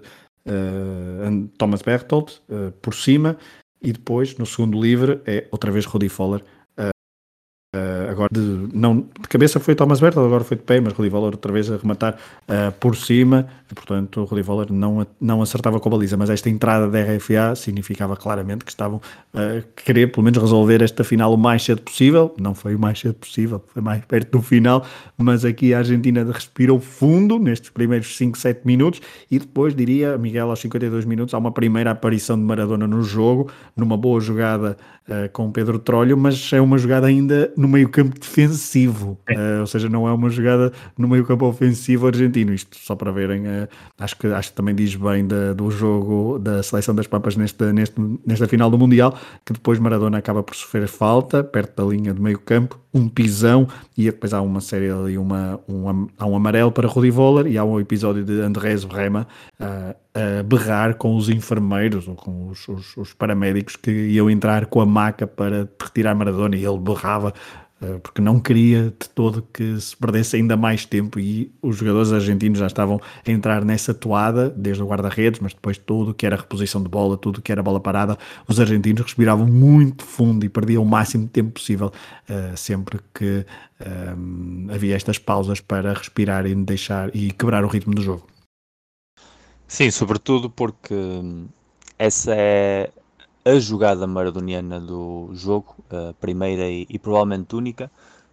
Thomas Berthold por cima, e depois no segundo livre é outra vez Rudi Völler Agora de cabeça foi Thomas Bertel, agora foi de pé, mas Rudi Völler outra vez a rematar por cima, portanto o Rudi Völler não acertava com a baliza, mas esta entrada da RFA significava claramente que estavam a querer pelo menos resolver esta final o mais cedo possível. Não foi o mais cedo possível, foi mais perto do final, mas aqui a Argentina respirou fundo nestes primeiros 5, 7 minutos e depois, diria, Miguel, aos 52 minutos há uma primeira aparição de Maradona no jogo, numa boa jogada com Pedro Trolho, mas é uma jogada ainda no meio campo defensivo, ou seja, não é uma jogada no meio campo ofensivo argentino. Isto só para verem, acho que também diz bem do jogo da seleção das Papas nesta final do Mundial, que depois Maradona acaba por sofrer falta perto da linha de meio campo, um pisão, e depois há uma série ali, há um amarelo para Rudi Völler e há um episódio de Andrés Brema a berrar com os enfermeiros ou com os paramédicos que iam entrar com a maca para retirar Maradona, e ele berrava porque não queria de todo que se perdesse ainda mais tempo, e os jogadores argentinos já estavam a entrar nessa toada, desde o guarda-redes, mas depois tudo que era reposição de bola, tudo que era bola parada, os argentinos respiravam muito fundo e perdiam o máximo de tempo possível, sempre que havia estas pausas para respirar e quebrar o ritmo do jogo. Sim, sobretudo porque essa é a jogada maradoniana do jogo, a primeira e provavelmente única,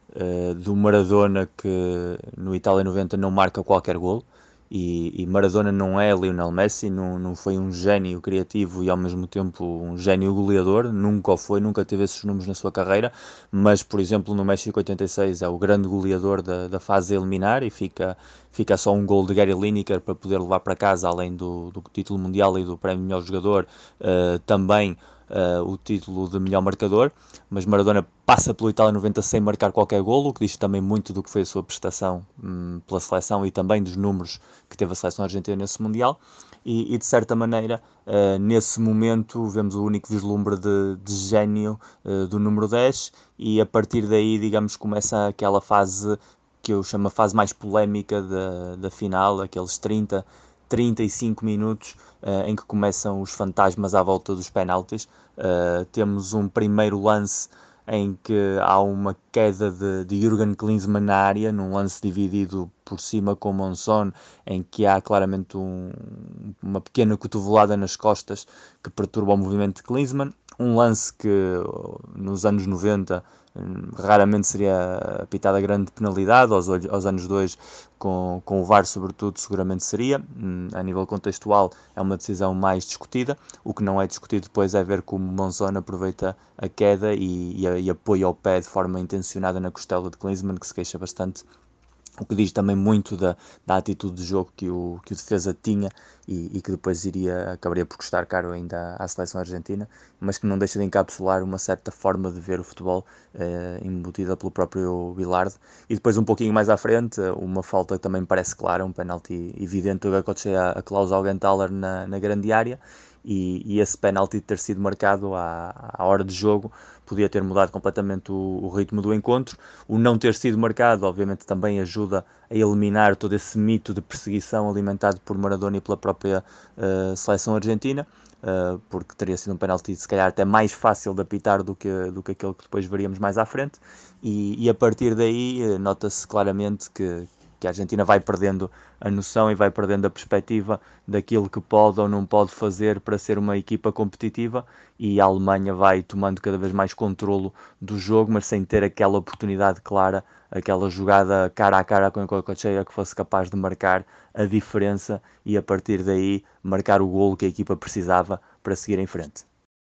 do Maradona, que no Itália 90 não marca qualquer golo, e Maradona não é Lionel Messi, não foi um gênio criativo e ao mesmo tempo um gênio goleador, nunca o foi, nunca teve esses números na sua carreira, mas por exemplo no México 86 é o grande goleador da fase eliminar, e fica só um gol de Gary Lineker para poder levar para casa, além do título mundial e do prémio melhor jogador, também o título de melhor marcador. Mas Maradona passa pelo Itália 90 sem marcar qualquer golo, o que diz também muito do que foi a sua prestação pela seleção e também dos números que teve a seleção argentina nesse Mundial. E de certa maneira, nesse momento, vemos o único vislumbre de gênio do número 10, e a partir daí, digamos, começa aquela fase que eu chamo a fase mais polémica da final, aqueles 35 minutos em que começam os fantasmas à volta dos penaltis. Temos um primeiro lance em que há uma queda de Jürgen Klinsmann na área, num lance dividido por cima com Monzón, em que há claramente uma pequena cotovelada nas costas que perturba o movimento de Klinsmann. Um lance que nos anos 90 raramente seria apitada grande penalidade, aos anos 2 com o VAR sobretudo seguramente seria. A nível contextual é uma decisão mais discutida, o que não é discutido depois é ver como Monzón aproveita a queda e apoia o pé de forma intencionada na costela de Klinsmann, que se queixa bastante, o que diz também muito da atitude de jogo que o defesa tinha e que depois acabaria por custar caro ainda à seleção argentina, mas que não deixa de encapsular uma certa forma de ver o futebol embutida pelo próprio Bilardo. E depois um pouquinho mais à frente, uma falta que também parece clara, um penalti evidente do Goicoechea a Klaus Augenthaler na grande área, e esse penalti ter sido marcado à hora de jogo podia ter mudado completamente o ritmo do encontro. O não ter sido marcado, obviamente, também ajuda a eliminar todo esse mito de perseguição alimentado por Maradona e pela própria seleção argentina, porque teria sido um penalti se calhar até mais fácil de apitar do que aquele que depois veríamos mais à frente, e a partir daí nota-se claramente que a Argentina vai perdendo a noção e vai perdendo a perspectiva daquilo que pode ou não pode fazer para ser uma equipa competitiva, e a Alemanha vai tomando cada vez mais controlo do jogo, mas sem ter aquela oportunidade clara, aquela jogada cara a cara com a Goicoechea que fosse capaz de marcar a diferença e a partir daí marcar o golo que a equipa precisava para seguir em frente.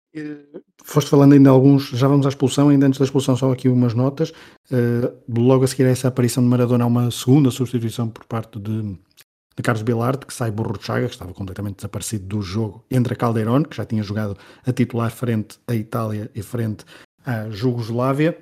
Foste falando ainda alguns, já vamos à expulsão, ainda antes da expulsão só aqui umas notas. Logo a seguir a essa aparição de Maradona há uma segunda substituição por parte de Carlos Bilardo, que sai Burruchaga, que estava completamente desaparecido do jogo, entra Calderón, que já tinha jogado a titular frente à Itália e frente à Jugoslávia.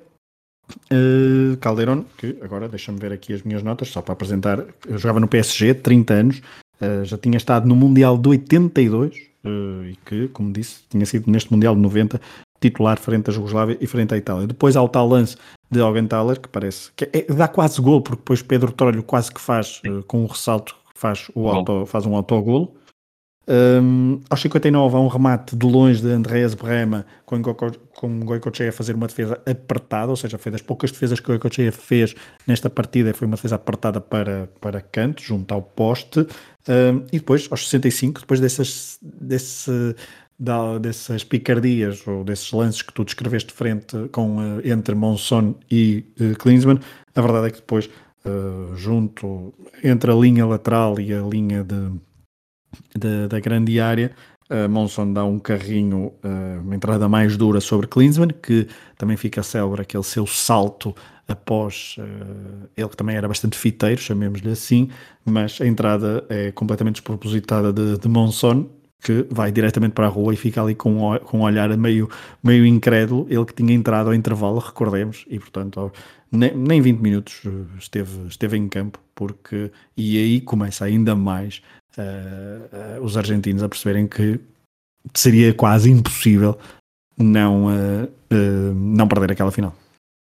Calderón, que agora deixa-me ver aqui as minhas notas, só para apresentar, eu jogava no PSG, 30 anos, já tinha estado no Mundial de 82, e que, como disse, tinha sido neste Mundial de 90 titular frente à Jugoslávia e frente à Itália. Depois há o tal lance de Augenthaler, que parece que dá quase gol, porque depois Pedro Trolho quase que faz, com um ressalto, faz um autogolo. Aos 59 há um remate de longe de Andreas Brema com Goicoechea a fazer uma defesa apertada, ou seja, foi das poucas defesas que o Goicoechea fez nesta partida, foi uma defesa apertada para canto, junto ao poste. E depois, aos 65, depois dessas picardias ou desses lances que tu descreveste de frente entre Monson e Klinsmann, a verdade é que depois, junto entre a linha lateral e a linha da grande área, Monson dá um carrinho, uma entrada mais dura sobre Klinsmann, que também fica célebre aquele seu salto após ele, que também era bastante fiteiro, chamemos-lhe assim, mas a entrada é completamente despropositada de Monson, que vai diretamente para a rua e fica ali com um olhar meio incrédulo, ele que tinha entrado ao intervalo, recordemos, e portanto nem 20 minutos esteve em campo, e aí começa ainda mais os argentinos a perceberem que seria quase impossível não perder aquela final.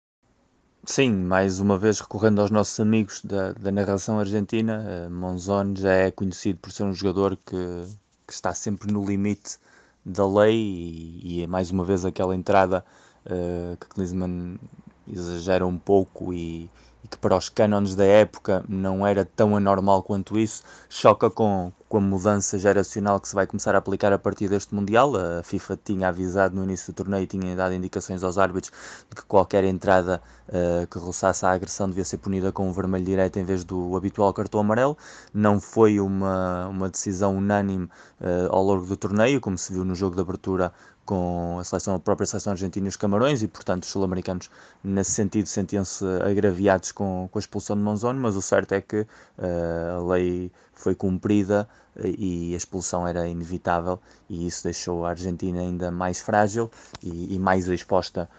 Sim, mais uma vez recorrendo aos nossos amigos da narração argentina, Monzón já é conhecido por ser um jogador que está sempre no limite da lei e é mais uma vez aquela entrada que Klinsmann exagera um pouco e que para os cânones da época não era tão anormal quanto isso, choca com a mudança geracional que se vai começar a aplicar a partir deste Mundial. A FIFA tinha avisado no início do torneio, tinha dado indicações aos árbitros de que qualquer entrada que roçasse a agressão devia ser punida com um vermelho direto em vez do habitual cartão amarelo. Não foi uma decisão unânime ao longo do torneio, como se viu no jogo de abertura com a própria seleção argentina e os Camarões, e portanto os sul-americanos nesse sentido sentiam-se agraviados com a expulsão de Monzón, mas o certo é que a lei foi cumprida e a expulsão era inevitável, e isso deixou a Argentina ainda mais frágil e mais exposta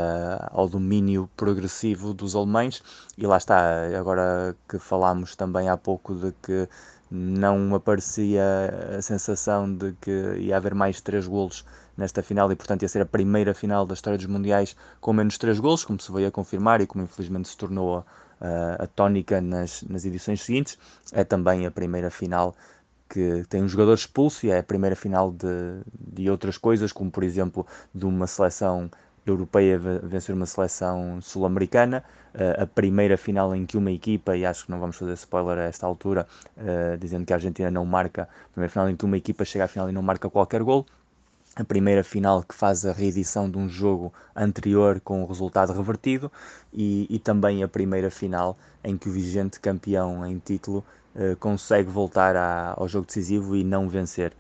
ao domínio progressivo dos alemães. E lá está, agora que falámos também há pouco de que não aparecia a sensação de que ia haver mais 3 golos nesta final e portanto ia ser a primeira final da história dos mundiais com menos 3 golos, como se veio a confirmar e como infelizmente se tornou a tónica nas edições seguintes. É também a primeira final que tem um jogador expulso e é a primeira final de outras coisas, como por exemplo de uma seleção europeia vencer uma seleção sul-americana, a primeira final em que uma equipa, e acho que não vamos fazer spoiler a esta altura, dizendo que a Argentina não marca, a primeira final em que uma equipa chega à final e não marca qualquer gol, a primeira final que faz a reedição de um jogo anterior com o resultado revertido e também a primeira final em que o vigente campeão em título consegue voltar ao jogo decisivo e não vencer.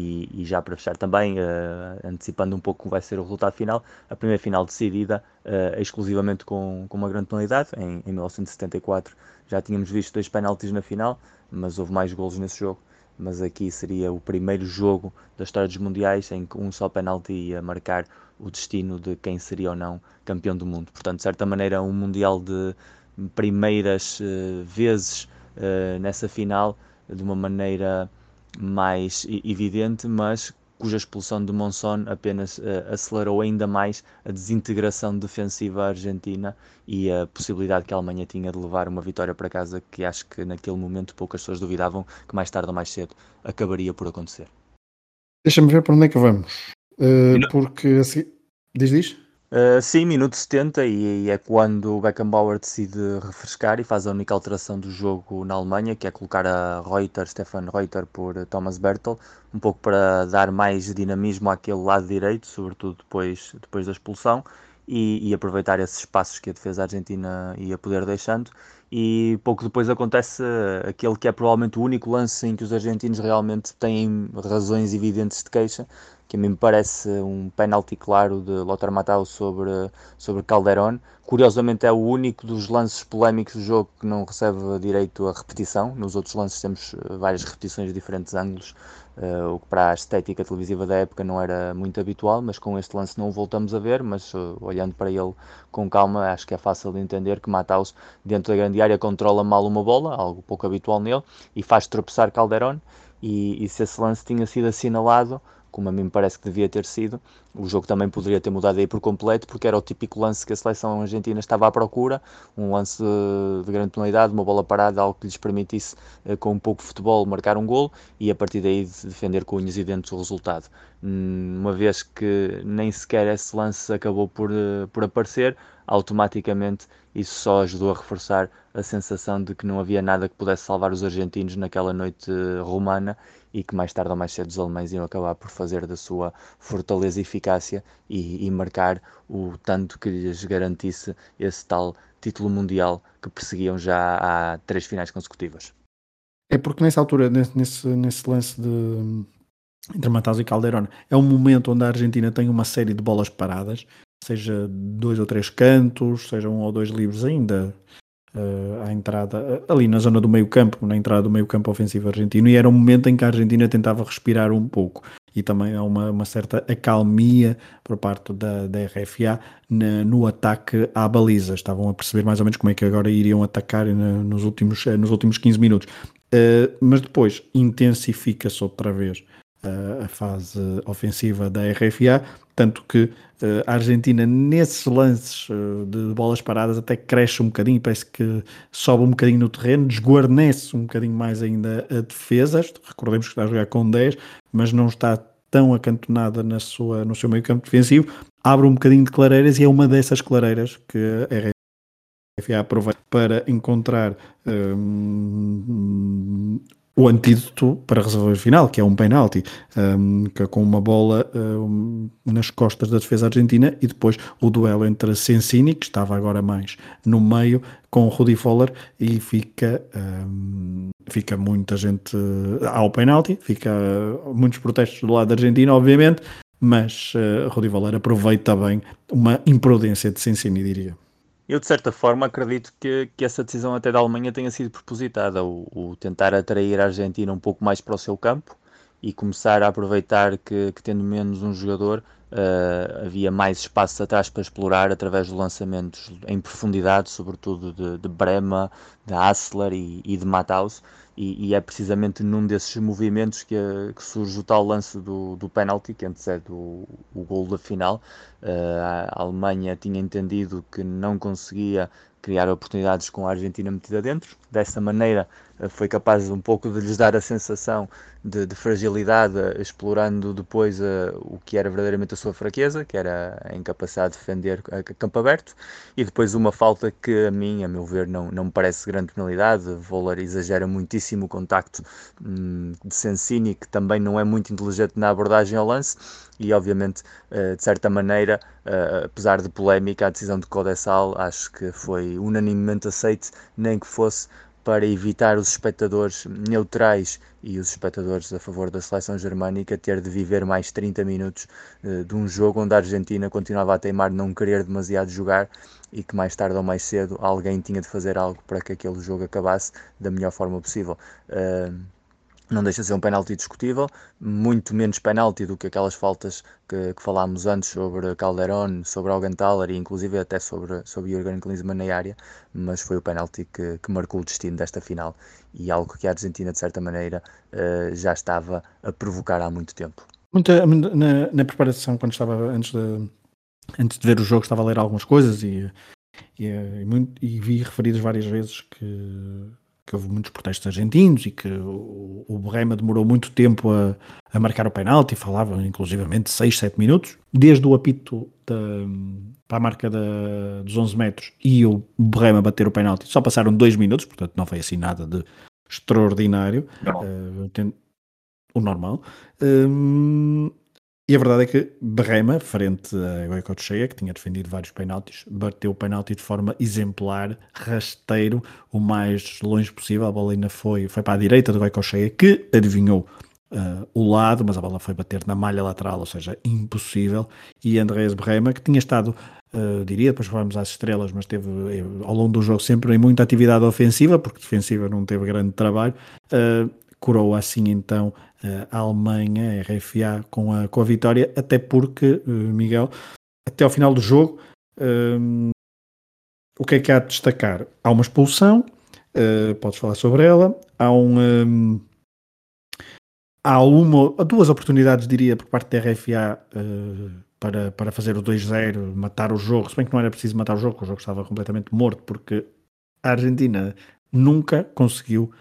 E já para fechar também, antecipando um pouco como vai ser o resultado final, a primeira final decidida exclusivamente com uma grande penalidade. Em 1974 já tínhamos visto 2 penaltis na final, mas houve mais golos nesse jogo. Mas aqui seria o primeiro jogo da história dos mundiais em que um só penalti ia marcar o destino de quem seria ou não campeão do mundo. Portanto, de certa maneira, um mundial de primeiras vezes nessa final, de uma maneira mais evidente, mas cuja expulsão de Monzón apenas acelerou ainda mais a desintegração defensiva argentina e a possibilidade que a Alemanha tinha de levar uma vitória para casa, que acho que naquele momento poucas pessoas duvidavam que mais tarde ou mais cedo acabaria por acontecer. Deixa-me ver para onde é que vamos. Porque assim. Diz? Sim, minuto 70 e é quando o Beckenbauer decide refrescar e faz a única alteração do jogo na Alemanha, que é colocar a Stefan Reuter por Thomas Bertel, um pouco para dar mais dinamismo àquele lado direito, sobretudo depois da expulsão, e aproveitar esses espaços que a defesa argentina ia poder deixando. E pouco depois acontece aquele que é provavelmente o único lance em que os argentinos realmente têm razões evidentes de queixa, que a mim me parece um penalti claro de Lothar Matthaus sobre Calderón. Curiosamente é o único dos lances polémicos do jogo que não recebe direito a repetição. Nos outros lances temos várias repetições de diferentes ângulos, o que para a estética televisiva da época não era muito habitual, mas com este lance não o voltamos a ver, mas olhando para ele com calma, acho que é fácil de entender que Matthaus, dentro da grande área, controla mal uma bola, algo pouco habitual nele, e faz tropeçar Calderón. E se esse lance tinha sido assinalado, como a mim me parece que devia ter sido, o jogo também poderia ter mudado aí por completo, porque era o típico lance que a seleção argentina estava à procura, um lance de grande penalidade, uma bola parada, algo que lhes permitisse, com um pouco de futebol, marcar um golo e a partir daí defender com unhas e dentes o resultado. Uma vez que nem sequer esse lance acabou por aparecer, automaticamente isso só ajudou a reforçar a sensação de que não havia nada que pudesse salvar os argentinos naquela noite romana e que mais tarde ou mais cedo os alemães iam acabar por fazer da sua fortaleza e eficácia e marcar o tanto que lhes garantisse esse tal título mundial que perseguiam já há 3 finais consecutivas. É porque nessa altura, nesse lance de entre Matheus e Calderón, é um momento onde a Argentina tem uma série de bolas paradas, seja 2 ou 3 cantos, seja 1 ou 2 livres ainda à entrada, ali na zona do meio campo, na entrada do meio campo ofensivo argentino, e era um momento em que a Argentina tentava respirar um pouco, e também há uma certa acalmia por parte da RFA no ataque à baliza. Estavam a perceber mais ou menos como é que agora iriam atacar nos últimos 15 minutos. Mas depois intensifica-se outra vez a fase ofensiva da RFA, tanto que a Argentina nesses lances de bolas paradas até cresce um bocadinho, parece que sobe um bocadinho no terreno, desguarnece um bocadinho mais ainda a defesa. Recordemos que está a jogar com 10, mas não está tão acantonada no seu meio campo defensivo, abre um bocadinho de clareiras e é uma dessas clareiras que a RFA aproveita para encontrar o antídoto para resolver o final, que é um penalti, com uma bola nas costas da defesa argentina, e depois o duelo entre Sensini, que estava agora mais no meio, com o Rudi Völler, e fica muita gente ao penalti, fica muitos protestos do lado da Argentina, obviamente, mas Rudi Völler aproveita bem uma imprudência de Sensini, diria. Eu, de certa forma, acredito que essa decisão até da Alemanha tenha sido propositada, o tentar atrair a Argentina um pouco mais para o seu campo e começar a aproveitar que tendo menos um jogador, havia mais espaço atrás para explorar através de lançamentos em profundidade, sobretudo de Brema, de Hassler e de Matthaus, e é precisamente num desses movimentos que surge o tal lance do penalti, que antecede o golo da final. A Alemanha tinha entendido que não conseguia criar oportunidades com a Argentina metida dentro. Dessa maneira foi capaz um pouco de lhes dar a sensação de fragilidade, explorando depois o que era verdadeiramente a sua fraqueza, que era a incapacidade de defender a campo aberto, e depois uma falta que a meu ver, não me parece grande penalidade. Völler exagera muitíssimo o contacto de Sensini, que também não é muito inteligente na abordagem ao lance, e obviamente, de certa maneira, apesar de polémica, a decisão de Codessal acho que foi unanimemente aceite, nem que fosse para evitar os espectadores neutrais e os espectadores a favor da seleção germânica ter de viver mais 30 minutos de um jogo onde a Argentina continuava a teimar não querer demasiado jogar e que mais tarde ou mais cedo alguém tinha de fazer algo para que aquele jogo acabasse da melhor forma possível. Não deixa de ser um penalti discutível, muito menos penalti do que aquelas faltas que falámos antes sobre Calderón, sobre Augenthaler e inclusive até sobre Jürgen Klinsmann na área, mas foi o penalti que marcou o destino desta final e algo que a Argentina, de certa maneira, já estava a provocar há muito tempo. Na preparação, quando estava antes de ver o jogo, estava a ler algumas coisas e vi referidas várias vezes que houve muitos protestos argentinos e que o Brema demorou muito tempo a marcar o penalti, falava inclusivamente 6, 7 minutos, desde o apito para a marca dos 11 metros e o Brema bater o penalti, só passaram 2 minutos, portanto não foi assim nada de extraordinário, o normal. E a verdade é que Brema, frente a Goicoechea, que tinha defendido vários penaltis, bateu o penalti de forma exemplar, rasteiro, o mais longe possível. A bola ainda foi para a direita do Goicoechea, que adivinhou o lado, mas a bola foi bater na malha lateral, ou seja, impossível. E Andrés Brema, que tinha estado, diria, depois vamos às estrelas, mas teve ao longo do jogo sempre em muita atividade ofensiva, porque defensiva não teve grande trabalho, curou assim então a Alemanha, a RFA, com a vitória, até porque, Miguel, até ao final do jogo, o que é que há de destacar? Há uma expulsão, podes falar sobre ela, há há duas oportunidades, diria, por parte da RFA para fazer o 2-0, matar o jogo, se bem que não era preciso matar o jogo estava completamente morto, porque a Argentina nunca conseguiu,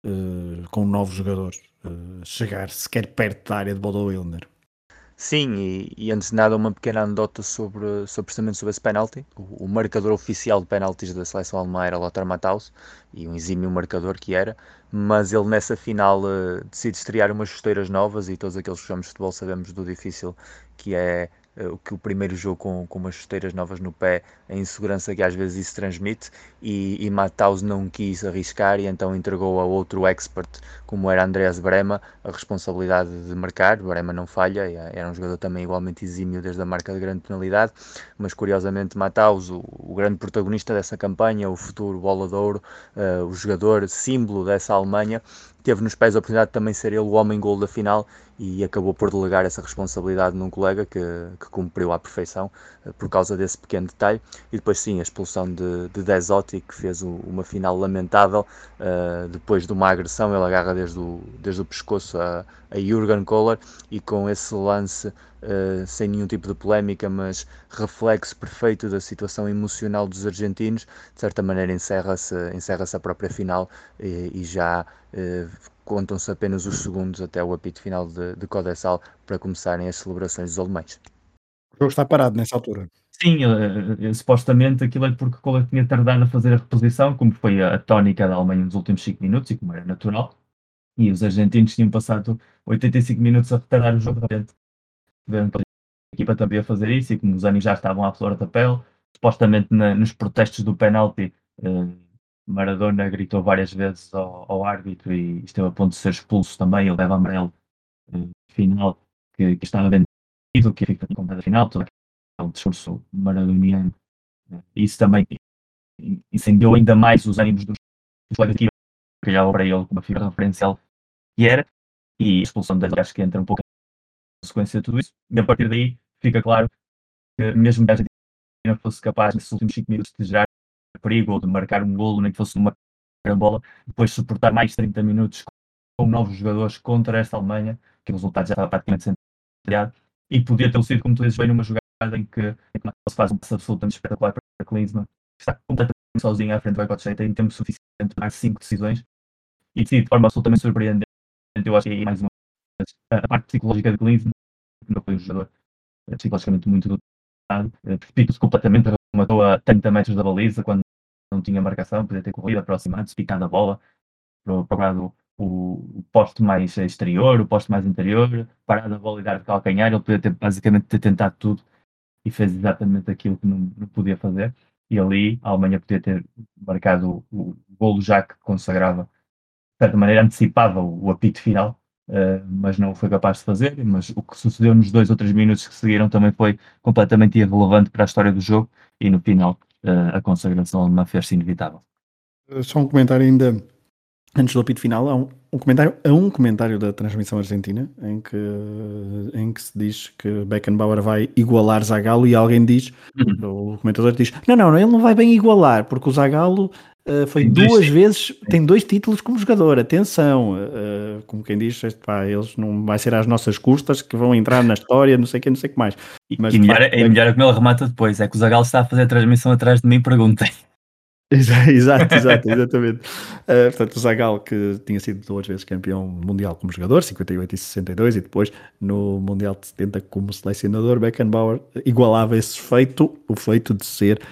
com novos jogadores, chegar sequer perto da área de Bodo Illner. Sim, e antes de nada uma pequena anedota precisamente sobre esse penalti. O marcador oficial de penaltis da seleção alemã era Lothar Matthaus, e um exímio marcador que era, mas ele nessa final decide estrear umas chuteiras novas, e todos aqueles que jogamos de futebol sabemos do difícil que é o primeiro jogo com umas chuteiras novas no pé, a insegurança que às vezes isso transmite, e Matthaus não quis arriscar e então entregou a outro expert, como era Andreas Brema, a responsabilidade de marcar. Brema não falha, era um jogador também igualmente exímio desde a marca de grande penalidade, mas curiosamente Matthaus, o grande protagonista dessa campanha, o futuro bola de ouro, o jogador símbolo dessa Alemanha, teve nos pés a oportunidade de também ser ele o homem-gol da final, e acabou por delegar essa responsabilidade num colega que cumpriu à perfeição por causa desse pequeno detalhe. E depois sim, a expulsão de Dezotti, que fez uma final lamentável, depois de uma agressão. Ele agarra desde o pescoço a Jürgen Kohler, e com esse lance, sem nenhum tipo de polémica, mas reflexo perfeito da situação emocional dos argentinos, de certa maneira encerra-se a própria final, e já contam-se apenas os segundos até o apito final de Codessal para começarem as celebrações dos alemães. O jogo está parado nessa altura. Sim, supostamente aquilo é porque o Kohler tinha tardado a fazer a reposição, como foi a tónica da Alemanha nos últimos 5 minutos e como era natural, e os argentinos tinham passado 85 minutos a retardar o jogo de repente, vendo a equipa também a fazer isso, e como os ânimos já estavam à flor da pele, supostamente nos protestos do penalti, Maradona gritou várias vezes ao árbitro e esteve a ponto de ser expulso também. Ele leva amarelo final, que estava vencido, que fica com a final, todo aquele discurso maradoniano. Isso também incendiou ainda mais os ânimos dos colegas que olhavam para ele como uma figura referencial que era, e a expulsão dele acho que entra um pouco em consequência de tudo isso, e a partir daí fica claro que mesmo que a Argentina fosse capaz nesses últimos 5 minutos de gerar perigo ou de marcar um golo, nem que fosse uma bola, depois suportar mais 30 minutos com novos jogadores contra esta Alemanha, que o resultado já estava praticamente centrado, e podia ter sido, como tu dizes, bem numa jogada em que se faz um passo absolutamente espetacular para Klinsmann, que está completamente sozinho à frente do Gottschalk, tem tempo suficiente para tomar 5 decisões e decide de forma absolutamente surpreendente. Eu acho que aí, mais uma vez, a parte psicológica de Klinsmann, que não foi um jogador psicologicamente muito dotado, precipitou-se completamente, rematou a 30 metros da baliza quando não tinha marcação, podia ter corrido, aproximado-se, picado a bola, procurado o poste mais exterior, o poste mais interior, parado a bola e dar de calcanhar. Ele podia basicamente ter tentado tudo e fez exatamente aquilo que não podia fazer. E ali a Alemanha podia ter marcado o golo já que consagrava, de certa maneira antecipava o apito final, mas não foi capaz de fazer. Mas o que sucedeu nos 2 ou 3 minutos que seguiram também foi completamente irrelevante para a história do jogo, e no final a consagração alemã fez-se inevitável. Só um comentário ainda antes do apito final, há um comentário da transmissão argentina em que se diz que Beckenbauer vai igualar Zagallo, e alguém diz, o comentador diz, não, ele não vai bem igualar, porque o Zagallo foi Tem duas dois vezes, tem 2 títulos como jogador, atenção, como quem diz, pá, eles não vai ser às nossas custas que vão entrar na história, não sei o que mais. Mas, e melhor é como ele remata depois, é que o Zagallo está a fazer a transmissão atrás de mim, perguntem. Exatamente. Portanto, o Zagallo, que tinha sido 2 vezes campeão mundial como jogador, 58 e 62, e depois no Mundial de 70 como selecionador, Beckenbauer igualava esse feito, o feito de ser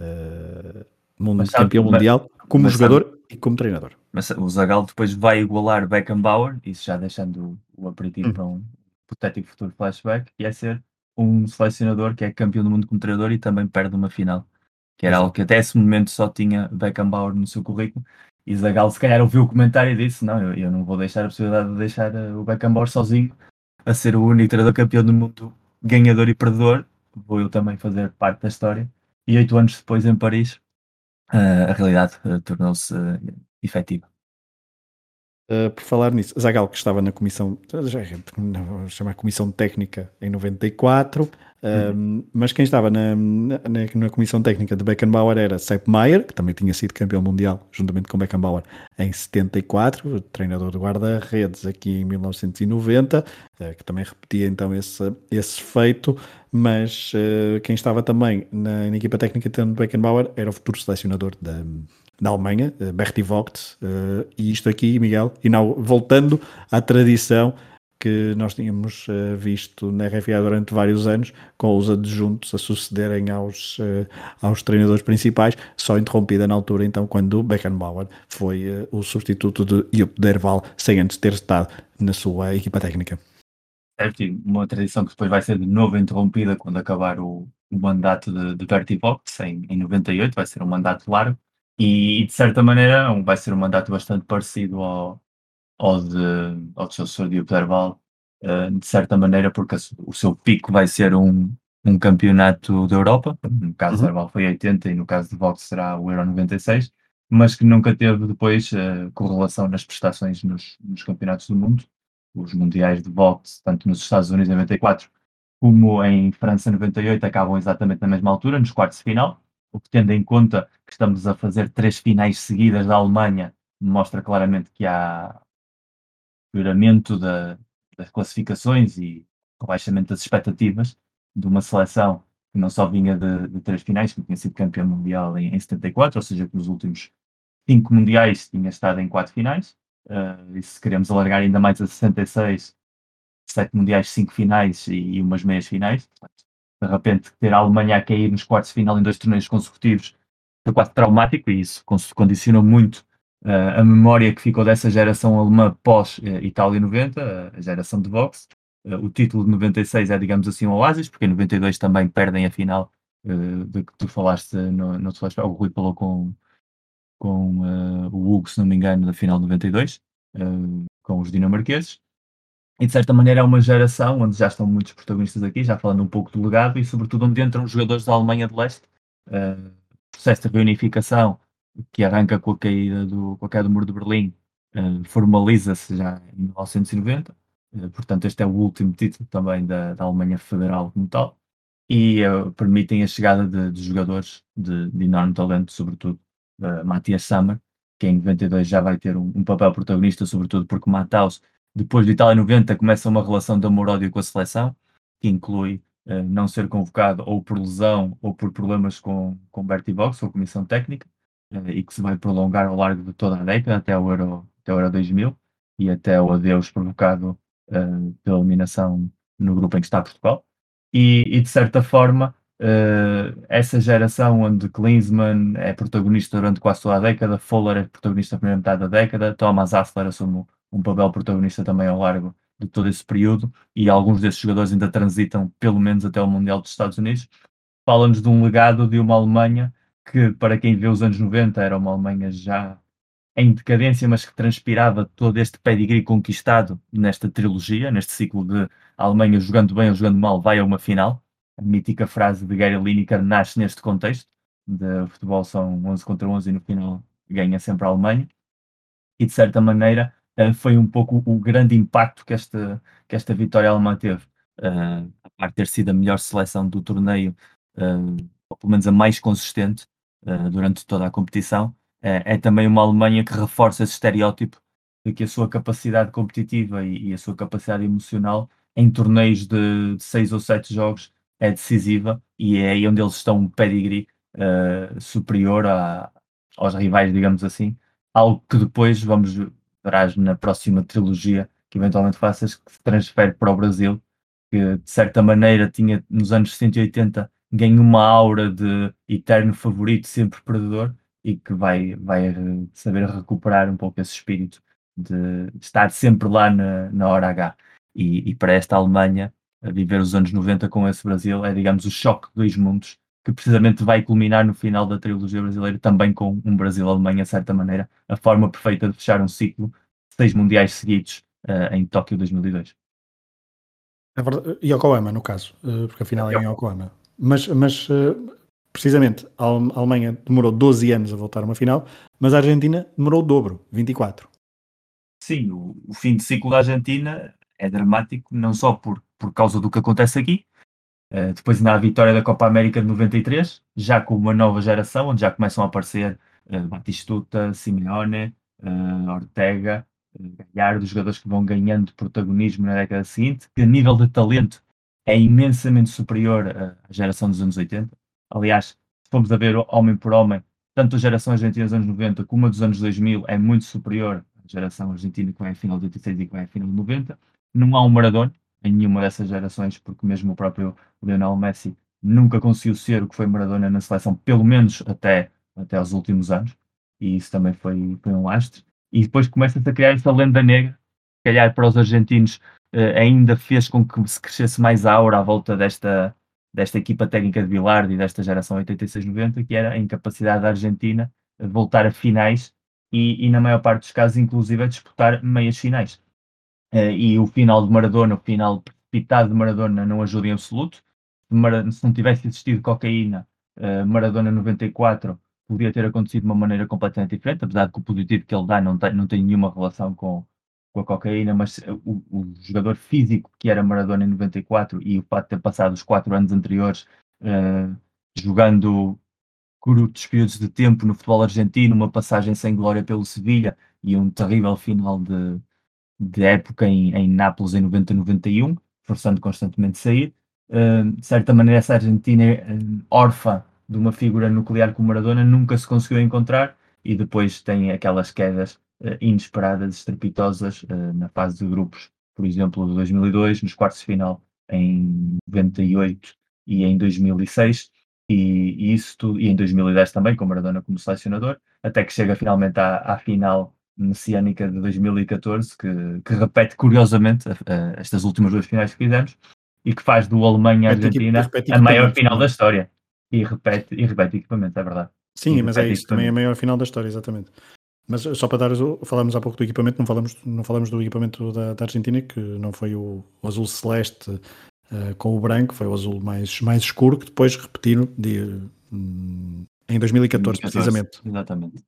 campeão mundial como jogador e como treinador. Mas o Zagallo depois vai igualar Beckenbauer, isso já deixando o aperitivo para um hipotético futuro flashback, e é ser um selecionador que é campeão do mundo como treinador e também perde uma final, que era algo que até esse momento só tinha Beckenbauer no seu currículo. E Zagallo se calhar ouviu o comentário e disse, não, eu não vou deixar a possibilidade de deixar o Beckenbauer sozinho a ser o único treinador campeão do mundo, ganhador e perdedor, vou eu também fazer parte da história. E 8 anos depois, em Paris, a realidade tornou-se efetiva. Por falar nisso, Zagal, que estava na comissão, já não, chamar comissão técnica em 94, mas quem estava na comissão técnica de Beckenbauer era Sepp Maier, que também tinha sido campeão mundial juntamente com Beckenbauer em 74, treinador de guarda-redes aqui em 1990, que também repetia então esse feito, mas quem estava também na equipa técnica de Beckenbauer era o futuro selecionador da Alemanha, Bertie Vogts, e isto aqui, Miguel, e não, voltando à tradição que nós tínhamos visto na RFA durante vários anos, com os adjuntos a sucederem aos treinadores principais, só interrompida na altura, então, quando Beckenbauer foi o substituto de Jupp Derval, sem antes ter estado na sua equipa técnica. Certo, e uma tradição que depois vai ser de novo interrompida quando acabar o mandato de Bertie Vogts em 98, vai ser um mandato largo e de certa maneira vai ser um mandato bastante parecido ao de seu senhor Diogo Derval, de certa maneira, porque o seu pico vai ser um campeonato da Europa, no caso de Derval foi 80 e no caso de Vogts será o Euro 96, mas que nunca teve depois correlação nas prestações nos campeonatos do mundo. Os mundiais de Vogts, tanto nos Estados Unidos em 94 como em França em 98, acabam exatamente na mesma altura, nos quartos de final, o que, tendo em conta que estamos a fazer 3 finais seguidas da Alemanha, mostra claramente que há melhoramento das classificações e rebaixamento das expectativas de uma seleção que não só vinha de 3 finais, que tinha sido campeão mundial em 74, ou seja, que nos últimos 5 mundiais tinha estado em 4 finais, e se queremos alargar ainda mais a 66, 7 mundiais, 5 finais e umas meias finais. De repente, ter a Alemanha a cair nos quartos de final em 2 torneios consecutivos foi quase traumático e isso condicionou muito a memória que ficou dessa geração alemã pós-Itália 90, a geração de Vogts. O título de 96 é, digamos assim, um oásis, porque em 92 também perdem a final de que tu falaste no o Rui falou com o Hugo, se não me engano, da final de 92, com os dinamarqueses. E de certa maneira é uma geração onde já estão muitos protagonistas aqui, já falando um pouco do legado e sobretudo onde entram os jogadores da Alemanha de Leste. O processo de reunificação que arranca com a queda do Muro de Berlim formaliza-se já em 1990. Portanto, este é o último título também da Alemanha Federal como tal. E permitem a chegada de jogadores de enorme talento, sobretudo Matthias Sammer, que em 92 já vai ter um papel protagonista, sobretudo porque Matthaus, depois de Itália 90, começa uma relação de amor-ódio com a seleção, que inclui não ser convocado ou por lesão ou por problemas com Bertie Vogts ou comissão técnica, e que se vai prolongar ao largo de toda a década, até o Euro 2000, e até o adeus provocado pela eliminação no grupo em que está Portugal. E de certa forma, essa geração onde Klinsmann é protagonista durante quase toda a década, Fuller é protagonista na primeira metade da década, Thomas Hassler assume um papel protagonista também ao largo de todo esse período, e alguns desses jogadores ainda transitam pelo menos até o Mundial dos Estados Unidos. Fala-nos de um legado de uma Alemanha que, para quem vê os anos 90, era uma Alemanha já em decadência, mas que transpirava todo este pedigree conquistado nesta trilogia, neste ciclo de a Alemanha jogando bem ou jogando mal vai a uma final. A mítica frase de Gary Lineker nasce neste contexto, de futebol são 11 contra 11 e no final ganha sempre a Alemanha. E de certa maneira foi um pouco o grande impacto que esta vitória alemã teve. A parte de ter sido a melhor seleção do torneio, ou pelo menos a mais consistente durante toda a competição, é também uma Alemanha que reforça esse estereótipo de que a sua capacidade competitiva e a sua capacidade emocional em torneios de 6 ou 7 jogos é decisiva, e é aí onde eles estão um pedigree superior aos rivais, digamos assim, algo que depois verás na próxima trilogia que eventualmente faças, que se transfere para o Brasil, que de certa maneira tinha nos anos 180 ganho uma aura de eterno favorito, sempre perdedor, e que vai saber recuperar um pouco esse espírito de estar sempre lá na hora H. E para esta Alemanha, a viver os anos 90 com esse Brasil, é, digamos, o choque de dois mundos, que precisamente vai culminar no final da trilogia brasileira, também com um Brasil-Alemanha, de certa maneira, a forma perfeita de fechar um ciclo, 6 mundiais seguidos em Tóquio 2002. É verdade, Yokohama, no caso, porque afinal é em Yokohama. Mas precisamente, a Alemanha demorou 12 anos a voltar a uma final, mas a Argentina demorou o dobro, 24. sim, o fim de ciclo da Argentina é dramático, não só por causa do que acontece aqui. Depois ainda há a vitória da Copa América de 93, já com uma nova geração, onde já começam a aparecer Batistuta, Simeone, Ortega, Gallardo, jogadores que vão ganhando protagonismo na década seguinte, que a nível de talento é imensamente superior à geração dos anos 80. Aliás, se formos a ver homem por homem, tanto a geração argentina dos anos 90 como a dos anos 2000 é muito superior à geração argentina que vai à final de 86 e que vai à final de 90. Não há um Maradona em nenhuma dessas gerações, porque mesmo o próprio Lionel Messi nunca conseguiu ser o que foi Maradona na seleção, pelo menos até aos últimos anos, e isso também foi um lastre. E depois começa-se a criar essa lenda negra, se calhar para os argentinos ainda fez com que se crescesse mais a aura à volta desta equipa técnica de Bilardo e desta geração 86-90, que era a incapacidade da Argentina de voltar a finais e na maior parte dos casos, inclusive, a disputar meias finais. E o final de Maradona, o final precipitado de Maradona, não ajuda em absoluto. Se não tivesse existido cocaína, Maradona 94 podia ter acontecido de uma maneira completamente diferente, apesar de que o positivo que ele dá não tem nenhuma relação com a cocaína, mas o jogador físico que era Maradona em 94 e o fato de ter passado os 4 anos anteriores uh, jogando curtos períodos de tempo no futebol argentino, uma passagem sem glória pelo Sevilha e um terrível final de época em Nápoles em 90-91, forçando constantemente sair. De certa maneira, essa Argentina órfã de uma figura nuclear como Maradona nunca se conseguiu encontrar e depois tem aquelas quedas inesperadas, estrepitosas na fase de grupos, por exemplo, de 2002, nos quartos de final em 98 e em 2006, e isso tudo, e em 2010 também, com Maradona como selecionador, até que chega finalmente à final messiânica de 2014, que repete curiosamente estas últimas 2 finais que fizemos e que faz do Alemanha-Argentina Repete a maior equipamentos final da também. história. E repete equipamento, é verdade. Sim, E mas é repete isso, também é a equipamento. maior final da história, exatamente. Mas só para dar, falámos há pouco do equipamento, não falamos do equipamento da Argentina, que não foi o azul celeste com o branco, foi o azul mais escuro, que depois repetiram em 2014, 2014, precisamente. exatamente.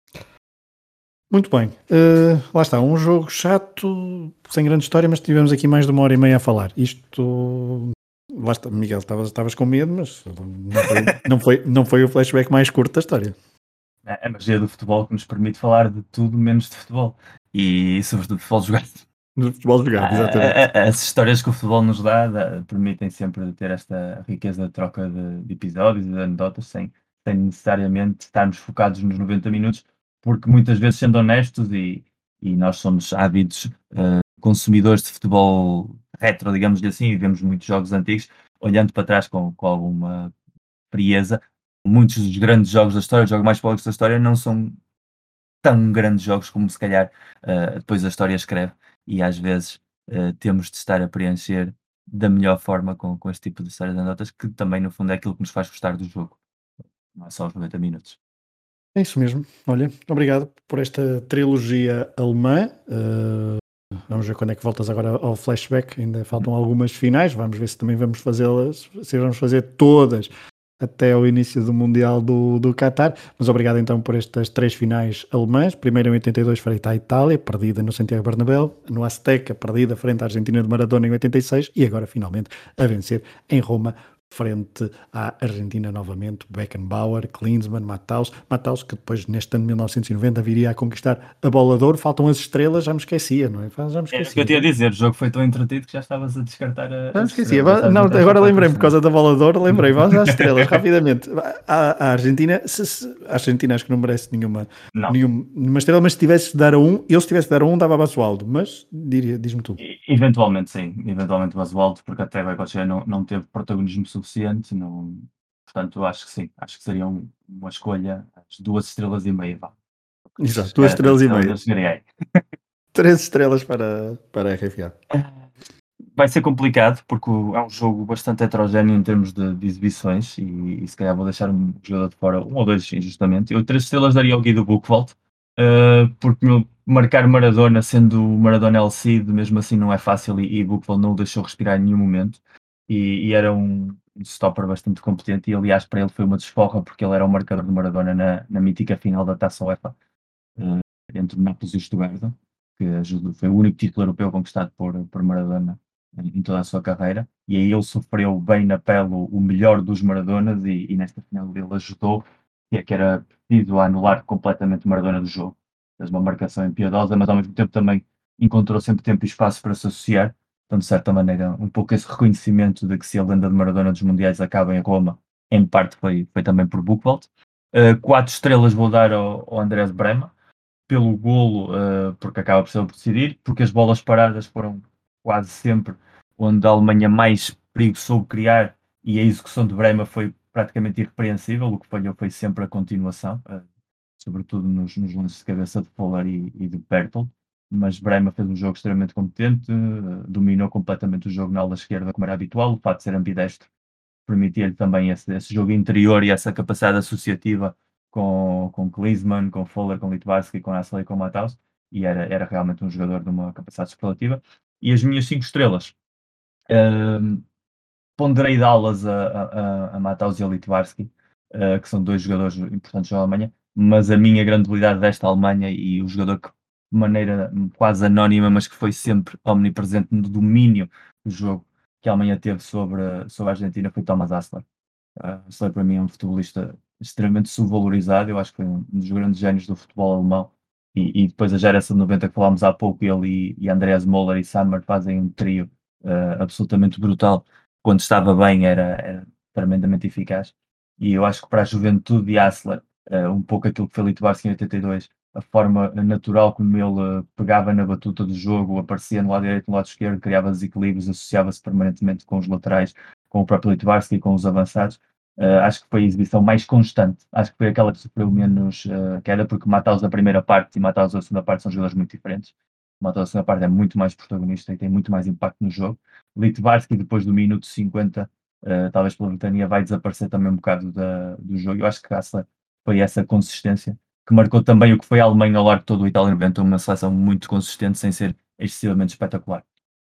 Muito bem, lá está, um jogo chato, sem grande história, mas tivemos aqui mais de 1h30 a falar. Isto, lá está, Miguel, estavas com medo, mas não foi o flashback mais curto da história. É a magia do futebol que nos permite falar de tudo menos de futebol. E sobretudo de futebol jogado. Do futebol jogado, exatamente. As histórias que o futebol nos permitem sempre ter esta riqueza de troca de episódios e de anedotas sem necessariamente estarmos focados nos 90 minutos, porque muitas vezes, sendo honestos, e nós somos ávidos consumidores de futebol retro, digamos assim, e vemos muitos jogos antigos, olhando para trás com alguma frieza, muitos dos grandes jogos da história, os jogos mais polémicos da história, não são tão grandes jogos como se calhar depois a história escreve, e às vezes temos de estar a preencher da melhor forma com este tipo de histórias de anedotas, que também no fundo é aquilo que nos faz gostar do jogo, não é só os 90 minutos. É isso mesmo. Olha, obrigado por esta trilogia alemã. Vamos ver quando é que voltas agora ao flashback. Ainda faltam algumas finais. Vamos ver se também vamos fazê-las, se vamos fazer todas até ao início do Mundial do Qatar. Mas obrigado então por estas 3 finais alemãs. Primeiro em 82 frente à Itália, perdida no Santiago Bernabéu. No Azteca, perdida frente à Argentina de Maradona em 86. E agora finalmente a vencer em Roma frente à Argentina novamente, Beckenbauer, Klinsmann, Matthaus, que depois neste ano de 1990 viria a conquistar a bola de ouro. Faltam as estrelas, já me esquecia, não é? Já me É o esquecia. que eu tinha a dizer, o jogo foi tão entretido que já estavas a descartar Já me as esquecia. estrelas. Não, agora lembrei-me por causa da bola de ouro, vamos às estrelas, rapidamente. A Argentina, a Argentina acho que não merece nenhuma estrela, mas se tivesse de dar a um, eu se tivesse de dar a um dava a Basualdo, mas diz-me tu. Eventualmente sim, eventualmente o Basualdo, porque até Goicoechea não teve protagonismo suficiente, portanto acho que sim, acho que seria uma escolha, as 2 estrelas e meia, vá. Exato, 2 estrelas e meia. Chegarei aí. 3 estrelas para a RFA. Vai ser complicado porque é um jogo bastante heterogéneo em termos de exibições e se calhar vou deixar um jogador de fora, um ou dois injustamente. Eu 3 estrelas daria ao Guido Buchwald, porque marcar Maradona, sendo o Maradona El Cid, mesmo assim não é fácil e Buchwald não o deixou respirar em nenhum momento e era um stopper bastante competente e aliás para ele foi uma desforra porque ele era o marcador de Maradona na mítica final da Taça UEFA entre Nápoles e Stuttgart. que foi o único título europeu conquistado por Maradona em toda a sua carreira, e aí ele sofreu bem na pele o melhor dos Maradonas, e nesta final ele ajudou, que era preciso anular completamente Maradona do jogo. Fez uma marcação impiedosa, mas ao mesmo tempo também encontrou sempre tempo e espaço para se associar. Então, de certa maneira, um pouco esse reconhecimento de que se a lenda de Maradona dos Mundiais acaba em Roma, em parte foi também por Buchwald. 4 estrelas vou dar ao Andrés Brema, pelo golo, porque acaba por ser o decidir, porque as bolas paradas foram quase sempre onde a Alemanha mais perigo soube criar, e a execução de Brema foi praticamente irrepreensível. O que falhou foi sempre a continuação, sobretudo nos lances de cabeça de Pollard e de Bertold. Mas Brema fez um jogo extremamente competente, dominou completamente o jogo na ala esquerda, como era habitual. O facto de ser ambidestro permitia-lhe também esse jogo interior e essa capacidade associativa com Klinsmann, com Fowler, com Littbarski, com Astley e com Matthaus, e era realmente um jogador de uma capacidade superlativa. E as minhas 5 estrelas, ponderei dá-las a Matthaus e a Littbarski, que são 2 jogadores importantes da Alemanha, mas a minha grande habilidade desta Alemanha, e o jogador que de maneira quase anónima, mas que foi sempre omnipresente no domínio do jogo que a Alemanha teve sobre a Argentina, foi Thomas Hassler. Hassler para mim é um futebolista extremamente subvalorizado. Eu acho que foi um dos grandes génios do futebol alemão, e depois a geração de 90 que falámos há pouco, ele e Andreas Möller e Sammer fazem um trio absolutamente brutal. Quando estava bem era tremendamente eficaz, e eu acho que para a juventude de Hassler, um pouco aquilo que foi Littbarski em 82, a forma natural como ele pegava na batuta do jogo, aparecia no lado direito, no lado esquerdo, criava desequilíbrios, associava-se permanentemente com os laterais, com o próprio Littbarski e com os avançados. Acho que foi a exibição mais constante. Acho que foi aquela que sofreu menos queda, porque Matthaus na primeira parte e Matthaus na segunda parte são jogadores muito diferentes. Matthaus na segunda parte é muito mais protagonista e tem muito mais impacto no jogo. Littbarski, depois do minuto 50, talvez pela Britânia, vai desaparecer também um bocado do jogo. Eu acho que Hassler foi essa consistência que marcou também o que foi a Alemanha ao largo de todo o Itália 90, uma seleção muito consistente, sem ser excessivamente espetacular.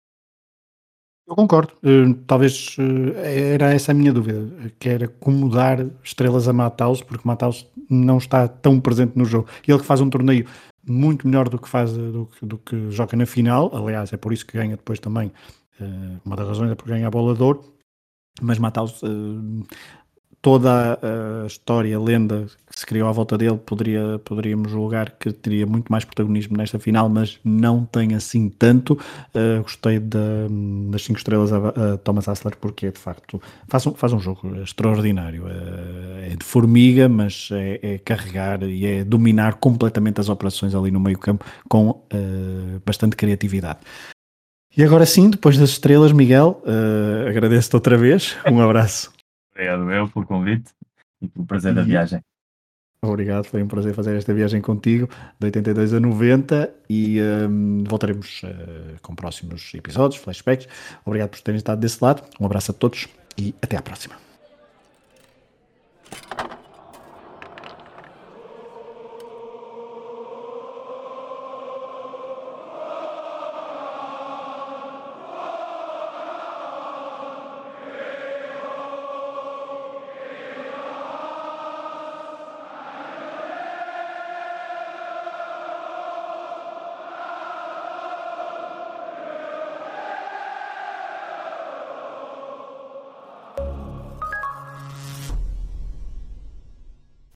Eu concordo. Talvez era essa a minha dúvida, que era como dar estrelas a Matthaus, porque Matthaus não está tão presente no jogo. Ele que faz um torneio muito melhor do que joga na final. Aliás, é por isso que ganha depois também. Uma das razões é porque ganha a bola de ouro. Mas Matthaus, toda a história, a lenda que se criou à volta dele, poderíamos julgar que teria muito mais protagonismo nesta final, mas não tem assim tanto. Gostei das 5 estrelas a Thomas Hassler, porque de facto faz um jogo extraordinário. É de formiga, mas é carregar e é dominar completamente as operações ali no meio campo com bastante criatividade. E agora sim, depois das estrelas, Miguel, agradeço-te outra vez. Um abraço. Obrigado eu pelo convite e pelo prazer da viagem. Obrigado, foi um prazer fazer esta viagem contigo, de 82 a 90, e voltaremos com próximos episódios, flashbacks. Obrigado por terem estado desse lado, um abraço a todos e até à próxima.